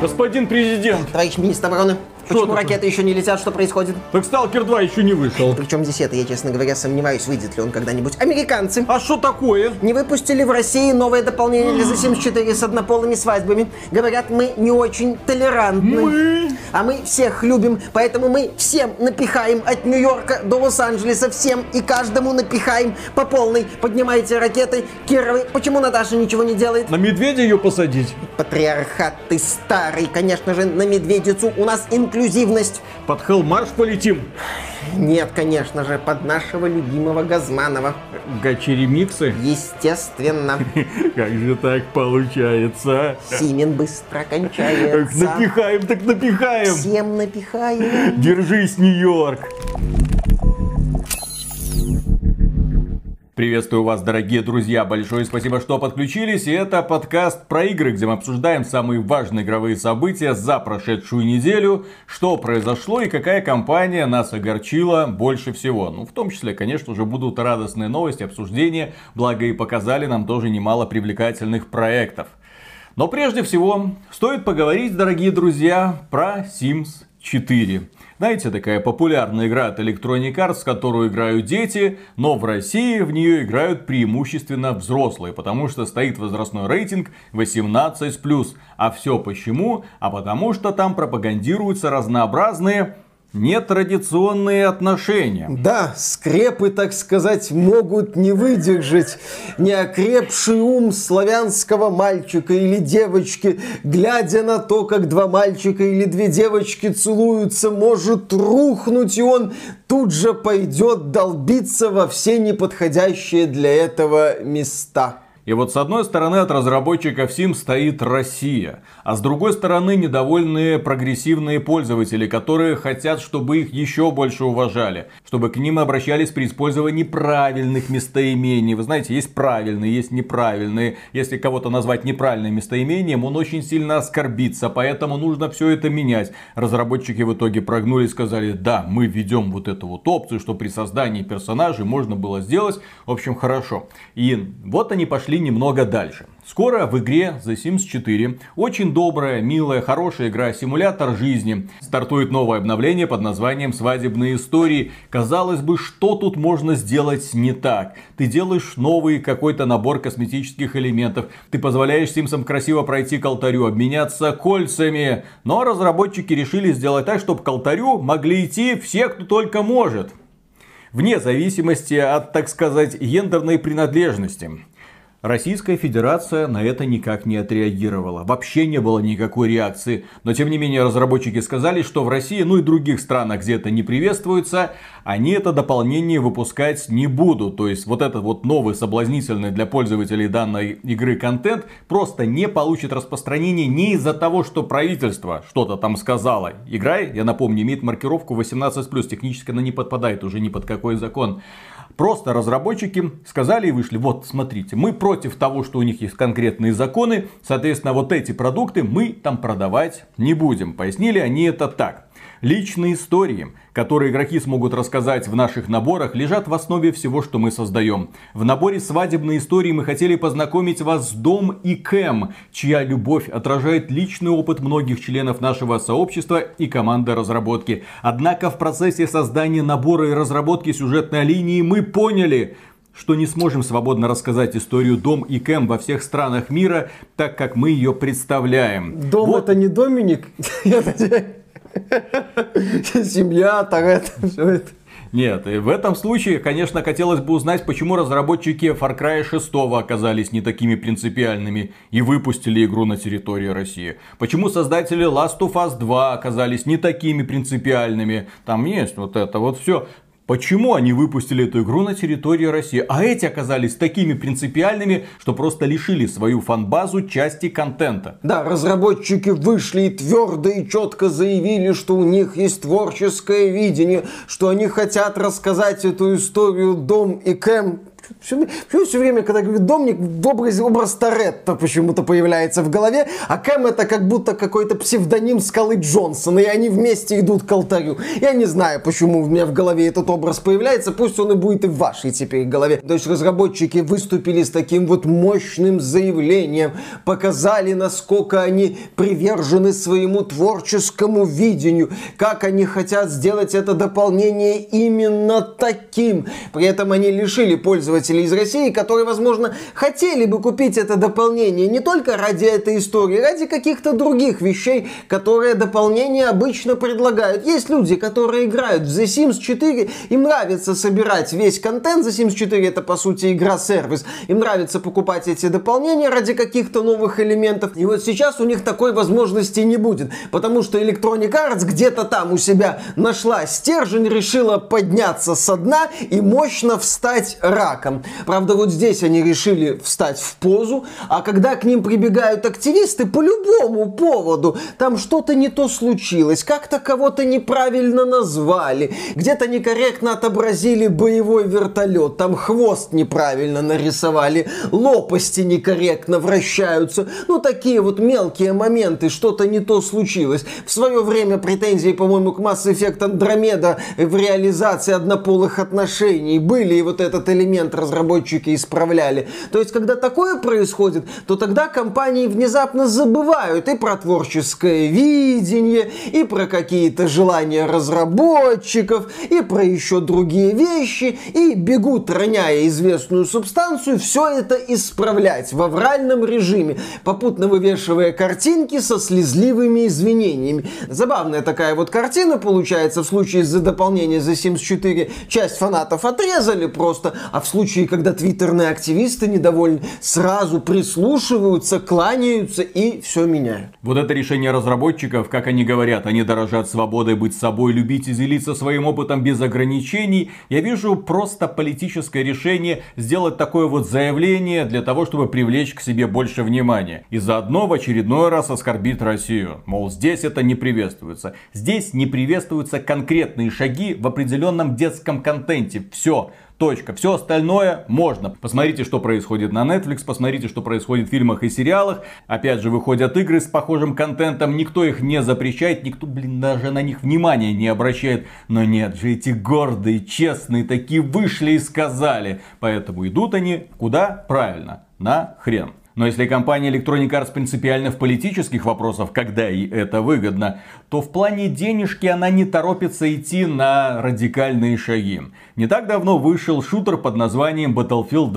Господин президент. Товарищ министр обороны, почему такое? ракеты еще не летят? Что происходит? Так Сталкер 2 еще не вышел. Причем здесь это, я, честно говоря, сомневаюсь, выйдет ли он когда-нибудь. Американцы А что такое? не выпустили в России новое дополнение для The Sims 4 с однополыми свадьбами. Говорят, мы не очень толерантны. А мы всех любим, поэтому мы всем напихаем от Нью-Йорка до Лос-Анджелеса, всем и каждому напихаем по полной. Поднимайте ракеты, Кировы. Почему Наташа ничего не делает? На медведя ее посадить? Патриархат ты старый, конечно же, на медведицу. У нас инклюзивность. Под Хелл-марш полетим? Нет, конечно же, под нашего любимого Газманова. Гачи-ремиксы? Естественно. Как же так получается? Симен быстро кончается. Напихаем, так напихаем. Всем напихаем. Держись, Нью-Йорк. Приветствую вас, дорогие друзья, большое спасибо, что подключились, и это подкаст про игры, где мы обсуждаем самые важные игровые события за прошедшую неделю, что произошло и какая компания нас огорчила больше всего. Ну, в том числе, конечно же, будут радостные новости, обсуждения, благо и показали нам тоже немало привлекательных проектов. Но прежде всего, стоит поговорить, дорогие друзья, про Sims 4. Знаете, такая популярная игра от Electronic Arts, в которую играют дети, но в России в нее играют преимущественно взрослые, потому что стоит возрастной рейтинг 18+. А все почему? А потому что там пропагандируются разнообразные нетрадиционные отношения. Да, скрепы, так сказать, могут не выдержать неокрепший ум славянского мальчика или девочки, глядя на то, как два мальчика или две девочки целуются, может рухнуть, и он тут же пойдет долбиться во все неподходящие для этого места. И вот с одной стороны от разработчиков Sims стоит Россия, а с другой стороны недовольные прогрессивные пользователи, которые хотят, чтобы их еще больше уважали, чтобы к ним обращались при использовании правильных местоимений. Вы знаете, есть правильные, есть неправильные. Если кого-то назвать неправильным местоимением, он очень сильно оскорбится, поэтому нужно все это менять. Разработчики в итоге прогнули и сказали: да, мы введем вот эту вот опцию, что при создании персонажей можно было сделать. В общем, хорошо. И вот они пошли немного дальше. Скоро в игре The Sims 4, очень добрая, милая, хорошая игра, симулятор жизни, стартует новое обновление под названием «Свадебные истории». Казалось бы, что тут можно сделать не так? Ты делаешь новый какой-то набор косметических элементов, ты позволяешь Симсам красиво пройти к алтарю, обменяться кольцами, но разработчики решили сделать так, чтобы к алтарю могли идти все, кто только может, вне зависимости от, так сказать, гендерной принадлежности. Российская Федерация на это никак не отреагировала. Вообще не было никакой реакции. Но тем не менее разработчики сказали, что в России, ну и других странах, где это не приветствуется, они это дополнение выпускать не будут. То есть вот этот вот новый соблазнительный для пользователей данной игры контент просто не получит распространения не из-за того, что правительство что-то там сказало. Игра, я напомню, имеет маркировку 18+. Технически она не подпадает уже ни под какой закон. Просто разработчики сказали и вышли: вот, смотрите, мы против того, что у них есть конкретные законы, соответственно, вот эти продукты мы там продавать не будем. Пояснили они это так. Личные истории, которые игроки смогут рассказать в наших наборах, лежат в основе всего, что мы создаем. В наборе «Свадебные истории» мы хотели познакомить вас с Дом и Кэм, чья любовь отражает личный опыт многих членов нашего сообщества и команды разработки. Однако в процессе создания набора и разработки сюжетной линии мы поняли, что не сможем свободно рассказать историю Дом и Кэм во всех странах мира, так как мы ее представляем. Дом вот. Это не Доминик? Семья, так это, все это. Нет, и в этом случае, конечно, хотелось бы узнать, почему разработчики Far Cry 6 оказались не такими принципиальными и выпустили игру на территории России. Почему создатели Last of Us 2 оказались не такими принципиальными. Там есть вот это вот все. Почему они выпустили эту игру на территории России, а эти оказались такими принципиальными, что просто лишили свою фан-базу части контента? Да, разработчики вышли и твердо и четко заявили, что у них есть творческое видение, что они хотят рассказать эту историю Дом и Кэм Почему все время, когда говорит Домник, образ Торетто почему-то появляется в голове, а Кэм это как будто какой-то псевдоним Скалы Джонсона, и они вместе идут к алтарю. Я не знаю, почему у меня в голове этот образ появляется, пусть он и будет и в вашей теперь голове. То есть разработчики выступили с таким вот мощным заявлением, показали, насколько они привержены своему творческому видению, как они хотят сделать это дополнение именно таким. При этом они лишили пользователей из России, которые, возможно, хотели бы купить это дополнение не только ради этой истории, ради каких-то других вещей, которые дополнение обычно предлагают. Есть люди, которые играют в The Sims 4, им нравится собирать весь контент. The Sims 4 это, по сути, игра-сервис. Им нравится покупать эти дополнения ради каких-то новых элементов. И вот сейчас у них такой возможности не будет, потому что Electronic Arts где-то там у себя нашла стержень, решила подняться со дна и мощно встать раком. Правда, вот здесь они решили встать в позу, а когда к ним прибегают активисты по любому поводу, там что-то не то случилось, как-то кого-то неправильно назвали, где-то некорректно отобразили боевой вертолет, там хвост неправильно нарисовали, лопасти некорректно вращаются, ну такие вот мелкие моменты, что-то не то случилось. В свое время претензии, по-моему, к Mass Effect Andromeda в реализации однополых отношений были, и вот этот элемент разработчики исправляли. То есть, когда такое происходит, то тогда компании внезапно забывают и про творческое видение, и про какие-то желания разработчиков, и про еще другие вещи, и бегут, роняя известную субстанцию, все это исправлять в авральном режиме, попутно вывешивая картинки со слезливыми извинениями. Забавная такая вот картина получается в случае с дополнением The Sims 4. Часть фанатов отрезали просто, а в случае, когда твиттерные активисты недовольны, сразу прислушиваются, кланяются и все меняют. Вот это решение разработчиков, как они говорят, они дорожат свободой быть собой, любить и делиться своим опытом без ограничений. Я вижу просто политическое решение сделать такое вот заявление для того, чтобы привлечь к себе больше внимания. И заодно в очередной раз оскорбить Россию. Мол, здесь это не приветствуется. Здесь не приветствуются конкретные шаги в определенном детском контенте. Все. Точка. Все остальное можно. Посмотрите, что происходит на Netflix, посмотрите, что происходит в фильмах и сериалах. Опять же, выходят игры с похожим контентом, никто их не запрещает, никто, даже на них внимания не обращает. Но нет же, эти гордые, честные такие вышли и сказали. Поэтому идут они куда? Правильно. На хрен. Но если компания Electronic Arts принципиально в политических вопросах, когда ей это выгодно, то в плане денежки она не торопится идти на радикальные шаги. Не так давно вышел шутер под названием Battlefield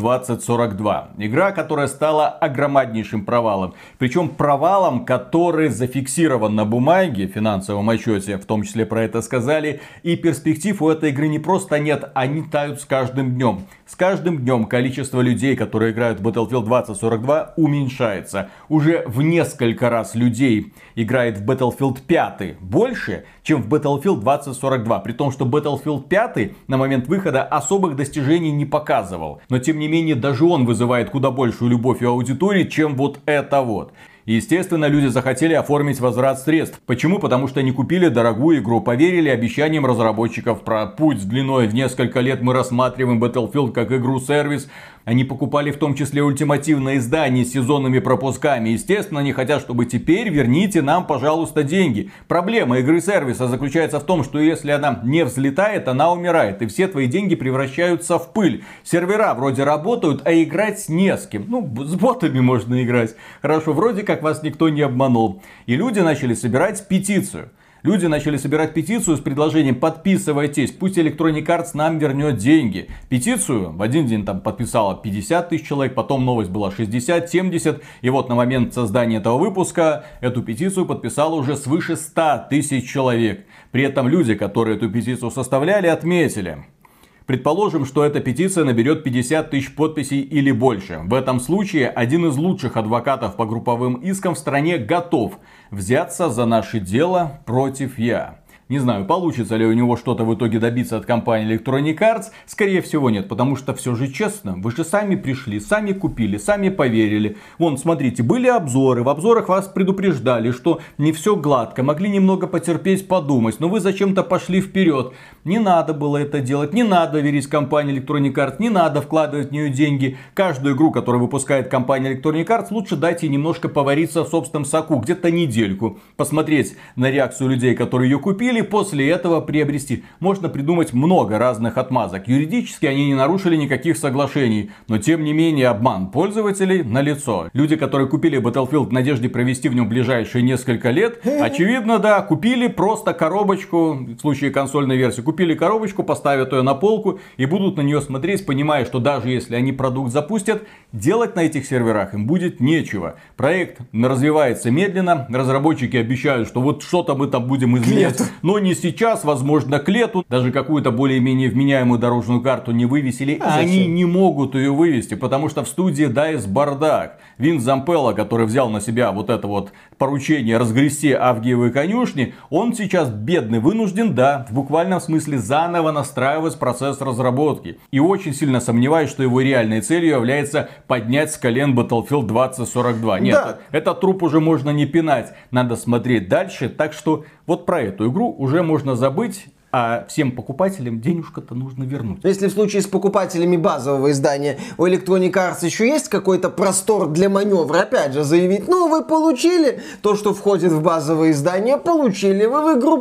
2042. Игра, которая стала огромнейшим провалом. Причем провалом, который зафиксирован на бумаге, в финансовом отчете, в том числе про это сказали. И перспектив у этой игры не просто нет, они тают с каждым днем. С каждым днем количество людей, которые играют в Battlefield 2042, уменьшается. Уже в несколько раз людей играет в Battlefield 5 больше, чем в Battlefield 2042. При том, что Battlefield 5 на момент выхода особых достижений не показывал. Но тем не менее, даже он вызывает куда большую любовь у аудитории, чем вот это вот. Естественно, люди захотели оформить возврат средств. Почему? Потому что они купили дорогую игру, поверили обещаниям разработчиков про путь длиной в несколько лет. Мы рассматриваем Battlefield как игру-сервис. Они покупали в том числе ультимативное издание с сезонными пропусками. Естественно, они хотят, чтобы теперь верните нам, пожалуйста, деньги. Проблема игры-сервиса заключается в том, что если она не взлетает, она умирает. И все твои деньги превращаются в пыль. Сервера вроде работают, а играть не с кем. Ну, с ботами можно играть. Хорошо, вроде как вас никто не обманул. И люди начали собирать петицию. Люди начали собирать петицию с предложением: подписывайтесь, пусть Electronic Arts нам вернет деньги. Петицию в один день там подписало 50 тысяч человек, потом новость была 60, 70. И вот на момент создания этого выпуска эту петицию подписало уже свыше 100 тысяч человек. При этом люди, которые эту петицию составляли, отметили: предположим, что эта петиция наберет 50 тысяч подписей или больше. В этом случае один из лучших адвокатов по групповым искам в стране готов взяться за наше дело против ЯА. Не знаю, получится ли у него что-то в итоге добиться от компании Electronic Arts. Скорее всего нет, потому что все же честно. Вы же сами пришли, сами купили, сами поверили. Вон, смотрите, были обзоры. В обзорах вас предупреждали, что не все гладко. Могли немного потерпеть, подумать. Но вы зачем-то пошли вперед. Не надо было это делать. Не надо верить компании Electronic Arts. Не надо вкладывать в нее деньги. Каждую игру, которую выпускает компания Electronic Arts, лучше дайте немножко повариться в собственном соку. Где-то недельку. Посмотреть на реакцию людей, которые ее купили. После этого приобрести. Можно придумать много разных отмазок. Юридически они не нарушили никаких соглашений. Но тем не менее обман пользователей налицо. Люди, которые купили Battlefield в надежде провести в нем ближайшие несколько лет, очевидно, да, купили просто коробочку, в случае консольной версии, купили коробочку, поставят ее на полку и будут на нее смотреть, понимая, что даже если они продукт запустят, делать на этих серверах им будет нечего. Проект развивается медленно, разработчики обещают, что вот что-то мы там будем изменять. Но не сейчас, возможно, к лету. Даже какую-то более-менее вменяемую дорожную карту не вывесили. Они не могут ее вывести, потому что в студии DICE бардак. Винс Зампелло, который взял на себя вот это вот поручение разгрести Авгиевы конюшни, он сейчас бедный, вынужден, да, в буквальном смысле заново настраивать процесс разработки. И очень сильно сомневаюсь, что его реальной целью является поднять с колен Battlefield 2042. Нет, да. Этот труп уже можно не пинать. Надо смотреть дальше. Так что вот про эту игру уже можно забыть. А всем покупателям денежка-то нужно вернуть. Если в случае с покупателями базового издания у Electronic Arts еще есть какой-то простор для маневра, опять же заявить, ну вы получили то, что входит в базовое издание, получили. Вы в игру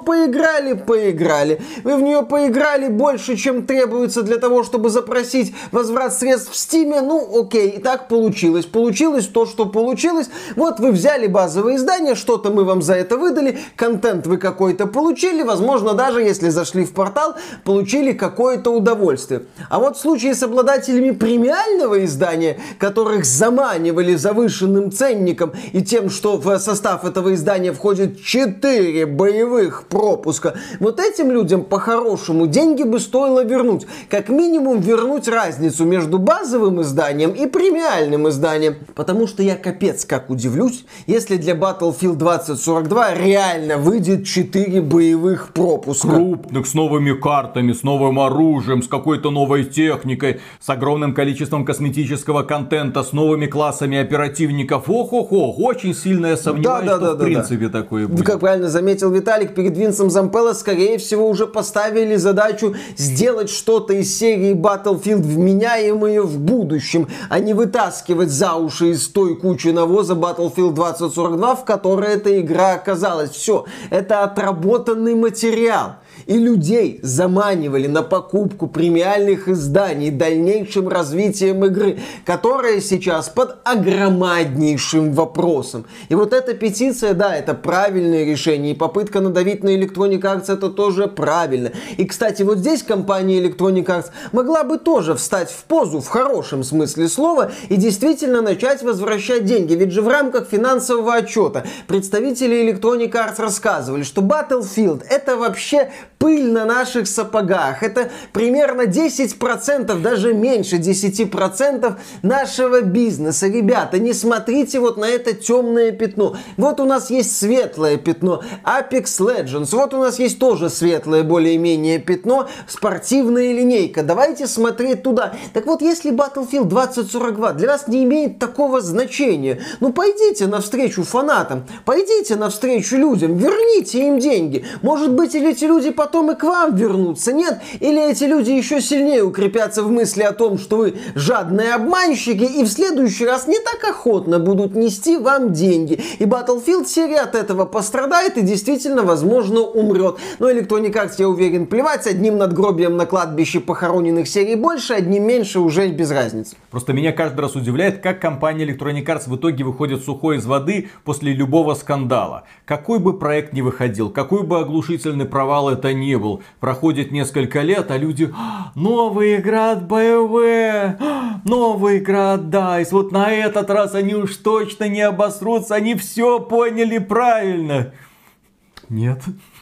поиграли. Вы в нее поиграли больше, чем требуется для того, чтобы запросить возврат средств в Steam. Ну окей, и так получилось. Получилось то, что получилось. Вот вы взяли базовое издание, что-то мы вам за это выдали, контент вы какой-то получили, возможно, даже если зашли в портал, получили какое-то удовольствие. А вот в случае с обладателями премиального издания, которых заманивали завышенным ценником и тем, что в состав этого издания входит 4 боевых пропуска, вот этим людям по-хорошему деньги бы стоило вернуть. Как минимум вернуть разницу между базовым изданием и премиальным изданием. Потому что я капец как удивлюсь, если для Battlefield 2042 реально выйдет 4 боевых пропуска. С новыми картами, с новым оружием, с какой-то новой техникой, с огромным количеством косметического контента, с новыми классами оперативников. Ох-ох-ох, очень сильно я сомневаюсь, что в принципе такое будет. Как правильно заметил Виталик, перед Винсом Зампелло, скорее всего, уже поставили задачу сделать что-то из серии Battlefield вменяемое в будущем, а не вытаскивать за уши из той кучи навоза Battlefield 2042, в которой эта игра оказалась. Все, это отработанный материал. И людей заманивали на покупку премиальных изданий дальнейшим развитием игры, которая сейчас под огромнейшим вопросом. И вот эта петиция, да, это правильное решение. И попытка надавить на Electronic Arts, это тоже правильно. И, кстати, вот здесь компания Electronic Arts могла бы тоже встать в позу, в хорошем смысле слова, и действительно начать возвращать деньги. Ведь же в рамках финансового отчета представители Electronic Arts рассказывали, что Battlefield это вообще пыль на наших сапогах. Это примерно 10%, даже меньше 10% нашего бизнеса. Ребята, не смотрите вот на это темное пятно. Вот у нас есть светлое пятно. Apex Legends. Вот у нас есть тоже светлое более-менее пятно. Спортивная линейка. Давайте смотреть туда. Так вот, если Battlefield 2042 для вас не имеет такого значения, ну пойдите навстречу фанатам. Пойдите навстречу людям. Верните им деньги. Может быть, или эти люди потом и к вам вернутся, нет? Или эти люди еще сильнее укрепятся в мысли о том, что вы жадные обманщики, и в следующий раз не так охотно будут нести вам деньги. И Battlefield серия от этого пострадает и действительно, возможно, умрет. Но Electronic Arts, я уверен, плевать, одним надгробием на кладбище похороненных серий больше, одним меньше, уже без разницы. Просто меня каждый раз удивляет, как компания Electronic Arts в итоге выходит сухой из воды после любого скандала. Какой бы проект ни выходил, какой бы оглушительный провал это ни был, проходит несколько лет, а люди: новая игра от BioWare, новая игра от DICE, вот на этот раз они уж точно не обосрутся, они все поняли правильно. Нет.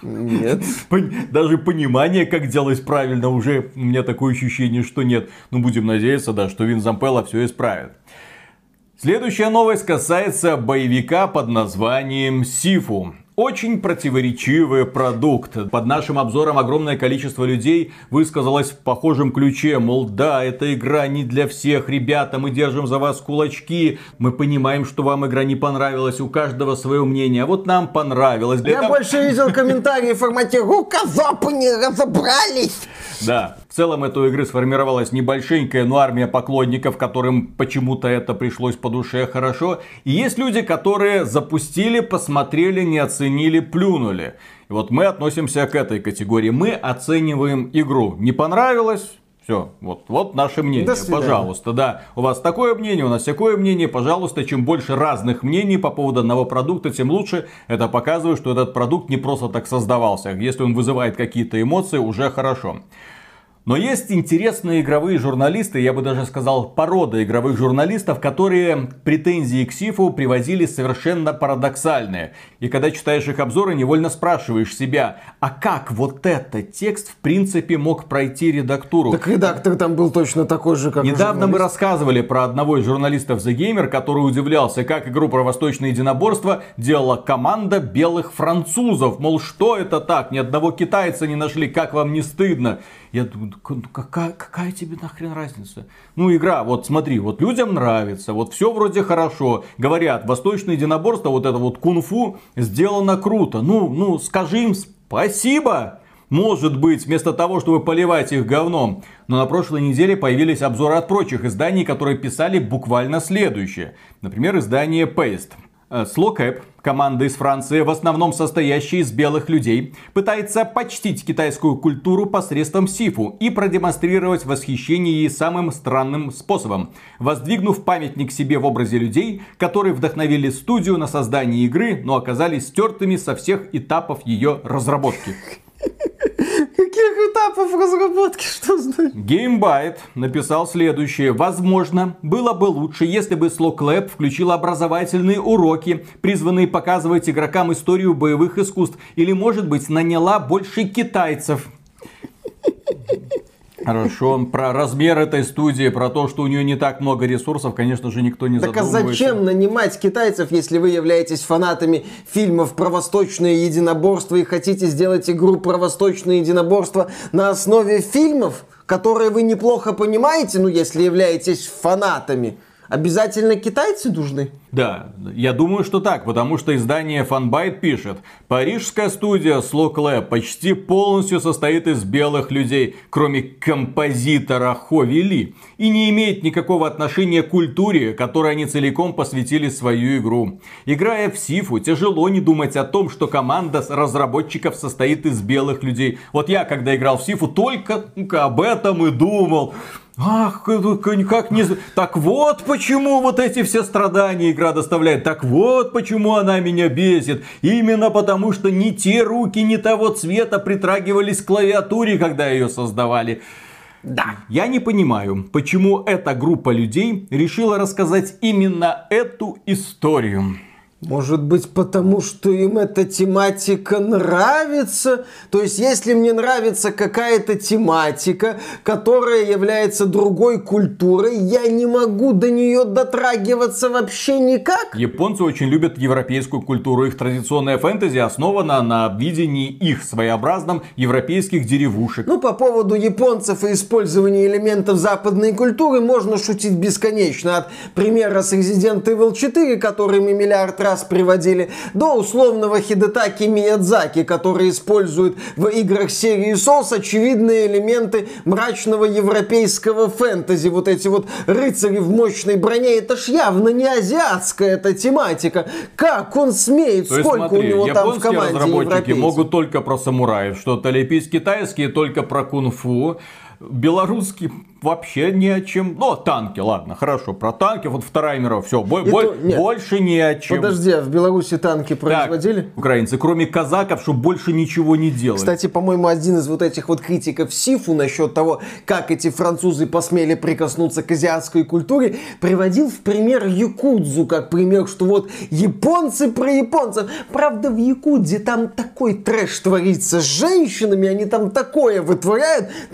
Даже понимание, как делать правильно, уже у меня такое ощущение, что нет. Но будем надеяться, да, что Винс Зампелло все исправит. Следующая новость касается боевика под названием Сифу. Очень противоречивый продукт. Под нашим обзором огромное количество людей высказалось в похожем ключе. Мол, да, эта игра не для всех. Ребята, мы держим за вас кулачки. Мы понимаем, что вам игра не понравилась. У каждого свое мнение. А вот нам понравилось. Я больше видел комментарии в формате «Рукозапы не разобрались». Да, в целом этой игры сформировалась небольшенькая, но армия поклонников, которым почему-то это пришлось по душе хорошо. И есть люди, которые запустили, посмотрели, не оценили, плюнули. И вот мы относимся к этой категории. Мы оцениваем игру. Не понравилось? Все, вот наше мнение, пожалуйста, да. У вас такое мнение, у нас такое мнение, пожалуйста. Чем больше разных мнений по поводу одного продукта, тем лучше. Это показывает, что этот продукт не просто так создавался. Если он вызывает какие-то эмоции, уже хорошо. Но есть интересные игровые журналисты, я бы даже сказал, порода игровых журналистов, которые претензии к Сифу приводили совершенно парадоксальные. И когда читаешь их обзоры, невольно спрашиваешь себя, а как вот этот текст в принципе мог пройти редактуру? Так редактор там был точно такой же, как Недавно мы рассказывали про одного из журналистов The Gamer, который удивлялся, как игру про восточное единоборство делала команда белых французов. Мол, что это так? Ни одного китайца не нашли, как вам не стыдно? Я думаю, какая тебе нахрен разница? Ну, игра, вот смотри, вот людям нравится, вот все вроде хорошо. Говорят, восточное единоборство, вот это вот кунг-фу, сделано круто. Ну, скажи им спасибо. Может быть, вместо того, чтобы поливать их говном. Но на прошлой неделе появились обзоры от прочих изданий, которые писали буквально следующее. Например, издание Paste. Slocap, команда из Франции, в основном состоящая из белых людей, пытается почтить китайскую культуру посредством Сифу и продемонстрировать восхищение ей самым странным способом, воздвигнув памятник себе в образе людей, которые вдохновили студию на создание игры, но оказались стертыми со всех этапов ее разработки. Каких этапов разработки? Что значит? GameByte написал следующее. Возможно, было бы лучше, если бы Slock Lab включил образовательные уроки, призванные показывать игрокам историю боевых искусств. Или, может быть, наняла больше китайцев. Хорошо, про размер этой студии, про то, что у нее не так много ресурсов, конечно же, никто не задумывается. Так а зачем нанимать китайцев, если вы являетесь фанатами фильмов про восточное единоборство и хотите сделать игру про восточное единоборство на основе фильмов, которые вы неплохо понимаете, ну, если являетесь фанатами? Обязательно китайцы нужны? Да, я думаю, что так, потому что издание Fanbyte пишет: парижская студия Slock Lab почти полностью состоит из белых людей, кроме композитора Хови Ли, и не имеет никакого отношения к культуре, которой они целиком посвятили свою игру. Играя в Сифу, тяжело не думать о том, что команда разработчиков состоит из белых людей. Вот я, когда играл в Сифу, только об этом и думал. Ах, как не... Так вот почему вот эти все страдания игра доставляет. Так вот почему она меня бесит. Именно потому, что не те руки, не того цвета притрагивались к клавиатуре, когда ее создавали. Да, я не понимаю, почему эта группа людей решила рассказать именно эту историю. Может быть, потому что им эта тематика нравится? То есть, если мне нравится какая-то тематика, которая является другой культурой, я не могу до нее дотрагиваться вообще никак? Японцы очень любят европейскую культуру. Их традиционная фэнтези основана на видении их своеобразном европейских деревушек. Ну, по поводу японцев и использования элементов западной культуры можно шутить бесконечно. От примера с Resident Evil 4, который мы миллиард раз приводили, до условного Хидетаки Миядзаки, который использует в играх серии Souls очевидные элементы мрачного европейского фэнтези. Вот эти вот рыцари в мощной броне, это ж явно не азиатская эта тематика. Как он смеет? То есть, Сколько смотри, у него там в команде разработчики европейцев? могут только про самураев что-то лепить, китайские только про кунг-фу. Белорусский вообще не о чем. Ну, танки, ладно, хорошо. Про танки, вот Вторая мировая, все, больше не о чем. Подожди, а в Беларуси танки производили? Так, украинцы, кроме казаков, чтобы больше ничего не делать. Кстати, по-моему, один из вот этих вот критиков Сифу насчет того, как эти французы посмели прикоснуться к азиатской культуре, приводил в пример якудзу, как пример, что вот японцы про японцев. Правда, в якудзе там такой трэш творится с женщинами, они там такое вытворяют, там такие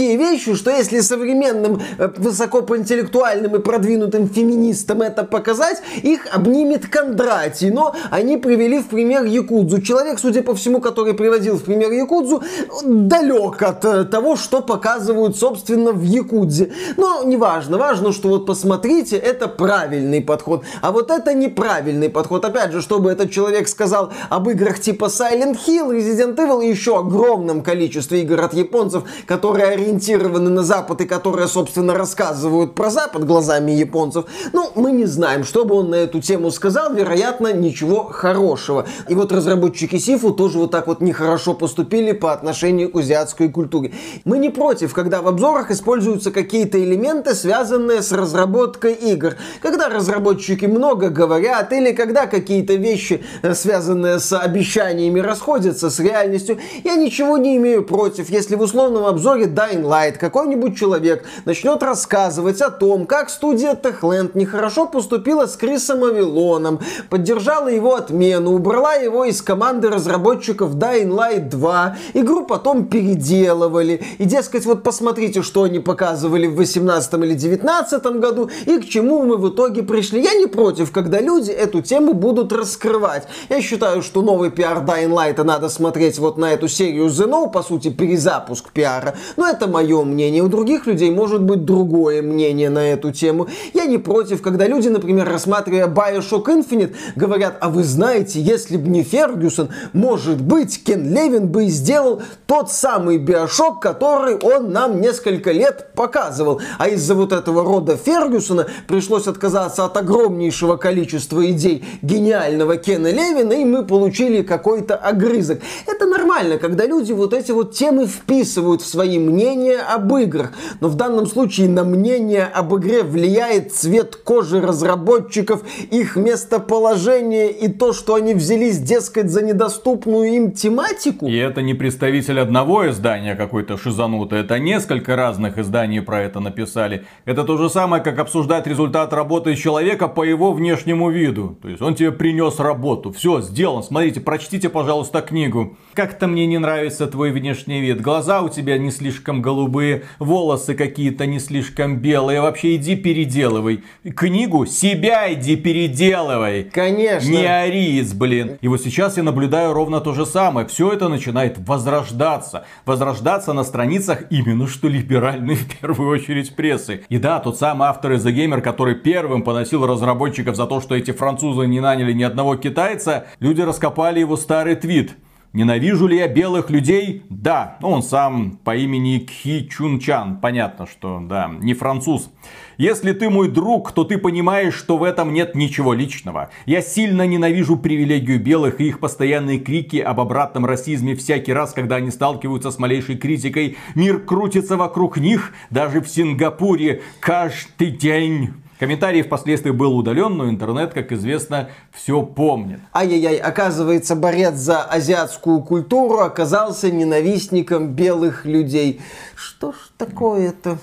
такие вещи, что если современным высокоинтеллектуальным и продвинутым феминистам это показать, их обнимет Кондратий. Но они привели в пример якудзу. Человек, судя по всему, который приводил в пример якудзу, далек от того, что показывают, собственно, в якудзе. Но неважно. Важно, что вот посмотрите, это правильный подход. А вот это неправильный подход. Опять же, чтобы этот человек сказал об играх типа Silent Hill, Resident Evil и еще огромном количестве игр от японцев, которые ориентированы на Запад и которые, собственно, рассказывают про Запад глазами японцев. Ну, мы не знаем, что бы он на эту тему сказал. Вероятно, ничего хорошего. И вот разработчики Сифу тоже вот так вот нехорошо поступили по отношению к азиатской культуре. Мы не против, когда в обзорах используются какие-то элементы, связанные с разработкой игр. Когда разработчики много говорят, или когда какие-то вещи, связанные с обещаниями, расходятся с реальностью, я ничего не имею против, если в условном обзоре Dying Light какой-нибудь человек начнет рассказывать о том, как студия Techland нехорошо поступила с Крисом Авилоном, поддержала его отмену, убрала его из команды разработчиков Dying Light 2, игру потом переделывали, и, дескать, вот посмотрите, что они показывали в 18 или 19 году, и к чему мы в итоге пришли. Я не против, когда люди эту тему будут раскрывать. Я считаю, что новый пиар Dying Light надо смотреть вот на эту серию The No, по сути, перезапуск пиара. Но это мое мнение. У других людей может быть другое мнение на эту тему. Я не против, когда люди, например, рассматривая Bioshock Infinite, говорят, а вы знаете, если бы не Фергюсон, может быть, Кен Левин бы сделал тот самый Bioshock, который он нам несколько лет показывал. А из-за вот этого рода Фергюсона пришлось отказаться от огромнейшего количества идей гениального Кена Левина, и мы получили какой-то огрызок. Это нормально, когда люди вот эти вот темы вписывают в свои мнения об играх. Но в данном случае на мнение об игре влияет цвет кожи разработчиков, их местоположение и то, что они взялись, дескать, за недоступную им тематику. И это не представитель одного издания какой-то шизанутый, это несколько разных изданий про это написали. Это то же самое, как обсуждать результат работы человека по его внешнему виду. То есть он тебе принес работу, все, сделан, смотрите, прочтите, пожалуйста, книгу. Как-то мне не нравится твой внешний вид, глаза у тебя не слишком голубые, волосы какие-то не слишком белые, вообще иди переделывай. Книгу себя иди переделывай. Конечно. Не ори, блин. И вот сейчас я наблюдаю ровно то же самое. Все это начинает возрождаться. Возрождаться на страницах именно что либеральной в первую очередь прессы. И да, тот самый автор из The Gamer, который первым поносил разработчиков за то, что эти французы не наняли ни одного китайца, люди раскопали его старый твит. Ненавижу ли я белых людей? Да. Он сам по имени Кхи Чун Чан. Понятно, что да, не француз. Если ты мой друг, то ты понимаешь, что в этом нет ничего личного. Я сильно ненавижу привилегию белых и их постоянные крики об обратном расизме всякий раз, когда они сталкиваются с малейшей критикой. Мир крутится вокруг них, даже в Сингапуре, каждый день. Комментарий впоследствии был удален, но интернет, как известно, все помнит. Ай-яй-яй, оказывается, борец за азиатскую культуру оказался ненавистником белых людей. Что ж такое-то?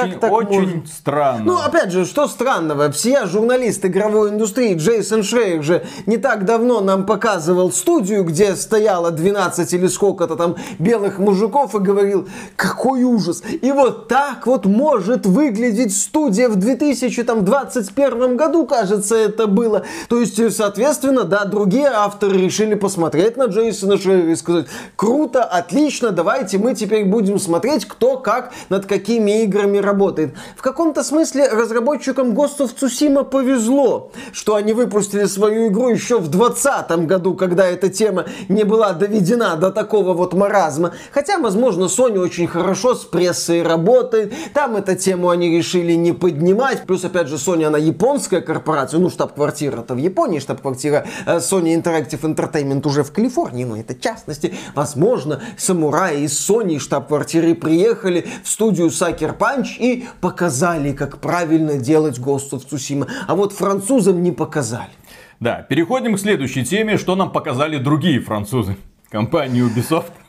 Очень странно. Ну, опять же, что странного? Всея журналист игровой индустрии Джейсон Шрейер же не так давно нам показывал студию, где стояло 12 или сколько-то там белых мужиков и говорил, какой ужас. И вот так вот может выглядеть студия в 2021 году, кажется, это было. То есть, соответственно, да, другие авторы решили посмотреть на Джейсона Шрейера и сказать, круто, отлично, давайте мы теперь будем смотреть, кто как над какими играми работает. В каком-то смысле разработчикам Ghost of Tsushima повезло, что они выпустили свою игру еще в 2020 году, когда эта тема не была доведена до такого вот маразма. Хотя, возможно, Sony очень хорошо с прессой работает, там эту тему они решили не поднимать. Плюс, опять же, Sony, она японская корпорация, ну, штаб-квартира-то в Японии, штаб-квартира Sony Interactive Entertainment уже в Калифорнии, но это частности. Возможно, самураи из Sony штаб-квартиры приехали в студию Sucker Punch и показали, как правильно делать Ghost of Tsushima. А вот французам не показали. Да, переходим к следующей теме, что нам показали другие французы. Компания Ubisoft.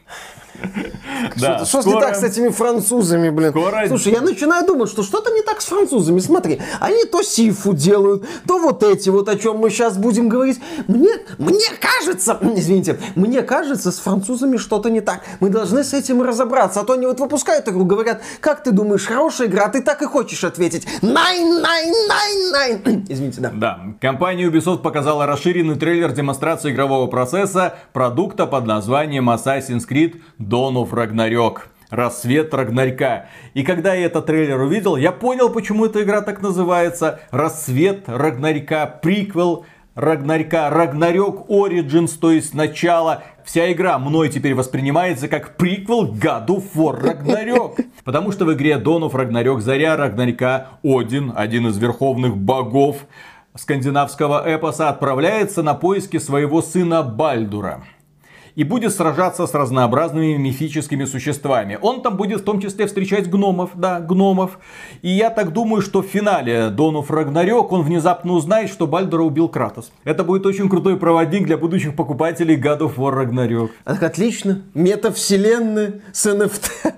Да, Что не так с этими французами, блин? Слушай, я начинаю думать, что что-то не так с французами. Смотри, они то сифу делают, то вот эти вот, о чем мы сейчас будем говорить. Мне кажется, извините, мне кажется, с французами что-то не так. Мы должны с этим разобраться. А то они вот выпускают игру, говорят, как ты думаешь, хорошая игра? Ты так и хочешь ответить. Nine. Извините, да. Да, компания Ubisoft показала расширенный трейлер демонстрации игрового процесса продукта под названием Assassin's Creed Dawn of Ragnarok. Рассвет Рагнарька. И когда я этот трейлер увидел, я понял, почему эта игра так называется. Рассвет Рагнарька, приквел Рагнарька, Рагнарёк Origins, то есть начало. Вся игра мной теперь воспринимается как приквел God of War Ragnarok. Потому что в игре Dawn of Ragnarok, Заря Рагнарька, Один, один из верховных богов скандинавского эпоса, отправляется на поиски своего сына Бальдура. И будет сражаться с разнообразными мифическими существами. Он там будет в том числе встречать гномов, да, гномов. И я так думаю, что в финале Dawn of Ragnarok он внезапно узнает, что Бальдура убил Кратос. Это будет очень крутой проводник для будущих покупателей God of War Ragnarok. Так, отлично. Метавселенная с NFT.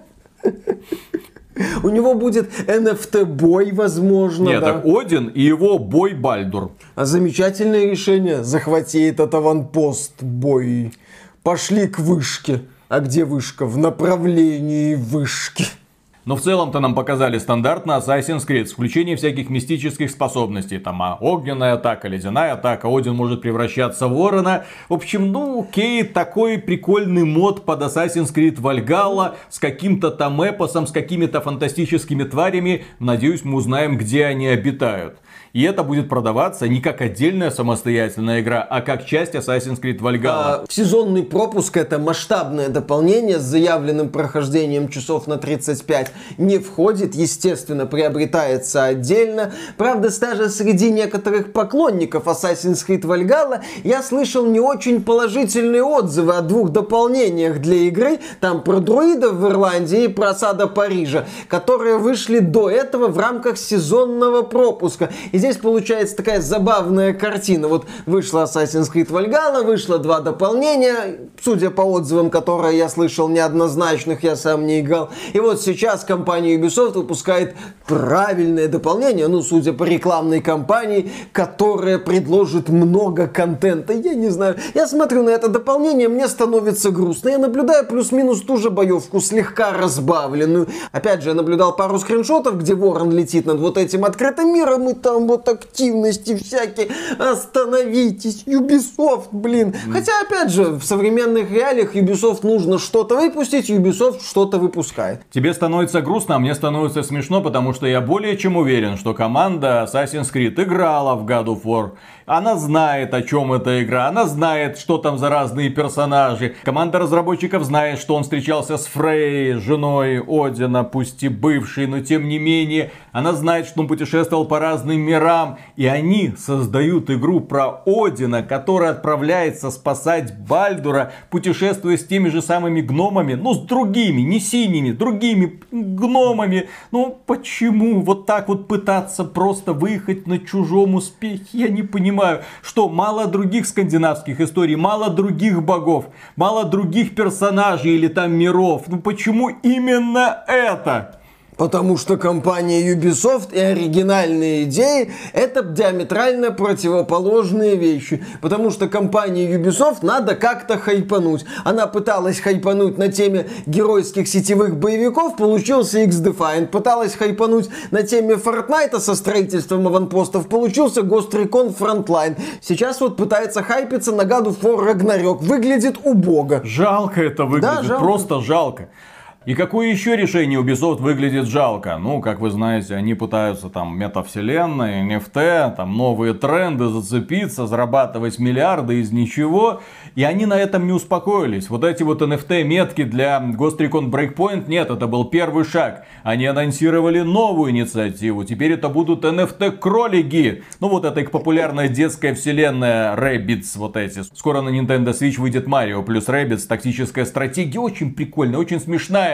У него будет NFT-бой, возможно. Нет, да. так Один и его бой Бальдур. А замечательное решение. Захвати этот аванпост, бой. Пошли к вышке. А где вышка? В направлении вышки. Но в целом-то нам показали стандартно Assassin's Creed с включением всяких мистических способностей. Там огненная атака, ледяная атака, Один может превращаться в ворона. В общем, ну окей, такой прикольный мод под Assassin's Creed Valhalla с каким-то там эпосом, с какими-то фантастическими тварями. Надеюсь, мы узнаем, где они обитают. И это будет продаваться не как отдельная самостоятельная игра, а как часть Assassin's Creed Valhalla. Сезонный пропуск — это масштабное дополнение с заявленным прохождением часов на 35 не входит, естественно, приобретается отдельно. Правда, даже среди некоторых поклонников Assassin's Creed Valhalla я слышал не очень положительные отзывы о двух дополнениях для игры. Там про друидов в Ирландии и про осада Парижа, которые вышли до этого в рамках сезонного пропуска. И здесь получается такая забавная картина. Вот вышла Assassin's Creed Valhalla, вышло два дополнения, судя по отзывам, которые я слышал неоднозначных, я сам не играл. И вот сейчас компания Ubisoft выпускает правильное дополнение, ну, судя по рекламной кампании, которая предложит много контента. Я не знаю, я смотрю на это дополнение, мне становится грустно. Я наблюдаю плюс-минус ту же боевку, слегка разбавленную. Опять же, я наблюдал пару скриншотов, где ворон летит над вот этим открытым миром, и там вот активности всякие. Остановитесь, Ubisoft, блин. Хотя, опять же, в современных реалиях Ubisoft нужно что-то выпустить, Ubisoft что-то выпускает. Тебе становится грустно, а мне становится смешно, потому что я более чем уверен, что команда Assassin's Creed играла в God of War. Она знает, о чем эта игра, она знает, что там за разные персонажи. Команда разработчиков знает, что он встречался с Фрей, женой Одина, пусть и бывшей, но тем не менее. Она знает, что он путешествовал по разным мирам. И они создают игру про Одина, который отправляется спасать Бальдура, путешествуя с теми же самыми гномами, ну с другими, не синими, другими гномами. Ну почему вот так вот пытаться просто выехать на чужом успехе? Я не понимаю. Что мало других скандинавских историй, мало других богов, мало других персонажей или там миров. Ну почему именно это? Потому что компания Ubisoft и оригинальные идеи — это диаметрально противоположные вещи. Потому что компании Ubisoft надо как-то хайпануть. Она пыталась хайпануть на теме геройских сетевых боевиков, получился X-Defiant. Пыталась хайпануть на теме Fortnite со строительством аванпостов, получился Ghost Recon Frontline. Сейчас вот пытается хайпиться на God of War Ragnarok. Выглядит убого. Жалко это выглядит, да, жалко. Просто жалко. И какое еще решение Ubisoft выглядит жалко? Ну, как вы знаете, они пытаются там метавселенной, NFT, там новые тренды, зацепиться, зарабатывать миллиарды из ничего. И они на этом не успокоились. Вот эти вот NFT-метки для Ghost Recon Breakpoint, нет, это был первый шаг. Они анонсировали новую инициативу. Теперь это будут NFT-кролики. Ну, вот это их популярная детская вселенная Rabbids, вот эти. Скоро на Nintendo Switch выйдет Mario плюс Rabbids, тактическая стратегия. Очень прикольная, очень смешная.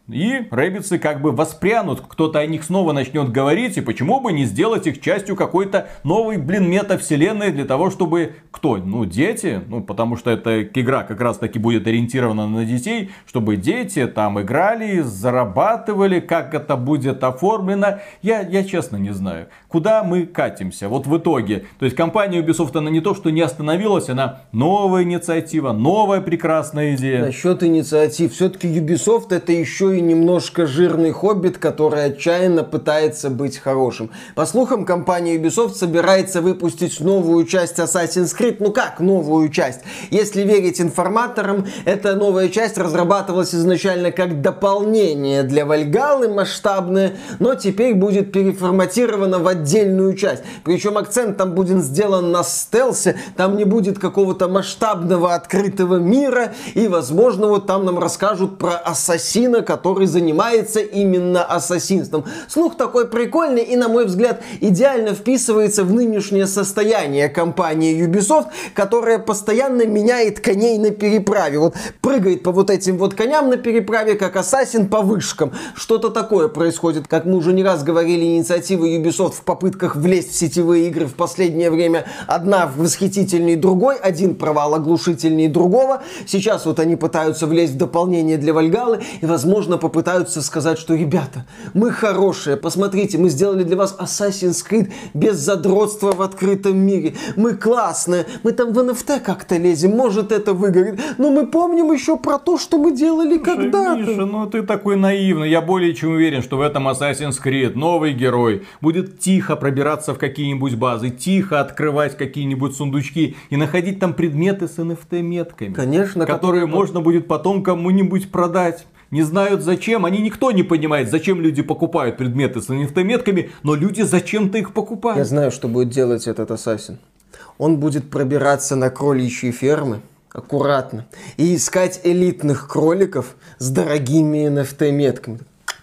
И рэббитсы как бы воспрянут, кто-то о них снова начнет говорить, и почему бы не сделать их частью какой-то новой, метавселенной для того, чтобы кто? Дети, потому что эта игра как раз таки будет ориентирована на детей, чтобы дети там играли, зарабатывали, как это будет оформлено, я честно не знаю. Куда мы катимся? Вот в итоге. То есть компания Ubisoft, она не то, что не остановилась, она новая инициатива, новая прекрасная идея. Насчет инициатив. Все-таки Ubisoft это еще и немножко жирный хоббит, который отчаянно пытается быть хорошим. По слухам, компания Ubisoft собирается выпустить новую часть Assassin's Creed. Ну как новую часть? Если верить информаторам, эта новая часть разрабатывалась изначально как дополнение для Valhalla масштабное, но теперь будет переформатирована в отдельную часть. Причем акцент там будет сделан на стелсе, там не будет какого-то масштабного открытого мира, и, возможно, вот там нам расскажут про ассасина, который занимается именно ассасинством. Слух такой прикольный и, на мой взгляд, идеально вписывается в нынешнее состояние компании Ubisoft, которая постоянно меняет коней на переправе. Вот прыгает по вот этим вот коням на переправе, как ассасин по вышкам. Что-то такое происходит. Как мы уже не раз говорили, инициативы Ubisoft в попытках влезть в сетевые игры в последнее время одна восхитительней другой, один провал оглушительней другого. Сейчас вот они пытаются влезть в дополнение для Вальгаллы и, возможно, попытаются сказать, что, ребята, мы хорошие, посмотрите, мы сделали для вас Assassin's Creed без задротства в открытом мире. Мы классные, мы там в NFT как-то лезем, может это выгорит, но мы помним еще про то, что мы делали когда-то. Миша, ты такой наивный. Я более чем уверен, что в этом Assassin's Creed новый герой будет тихо пробираться в какие-нибудь базы, тихо открывать какие-нибудь сундучки и находить там предметы с NFT-метками. Конечно. Которые можно будет потом кому-нибудь продать. Не знают зачем, никто не понимает, зачем люди покупают предметы с NFT-метками, но люди зачем-то их покупают. Я знаю, что будет делать этот ассасин. Он будет пробираться на кроличьи фермы, аккуратно, и искать элитных кроликов с дорогими NFT-метками.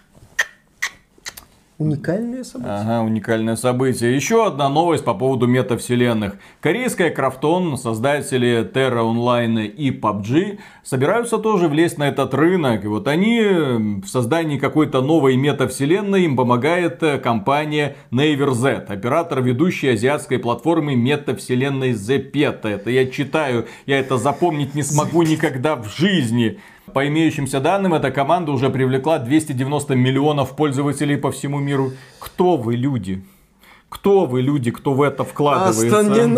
Уникальное событие. Ага, уникальное событие. Еще одна новость по поводу метавселенных. Корейская Krafton, создатели Terra Online и PUBG, собираются тоже влезть на этот рынок. И вот они в создании какой-то новой метавселенной им помогает компания NaverZ, оператор ведущей азиатской платформы метавселенной ZPET. Это я читаю, я это запомнить не смогу никогда в жизни. По имеющимся данным, эта команда уже привлекла 290 миллионов пользователей по всему миру. Кто вы, люди? Кто вы, люди, кто в это вкладывается?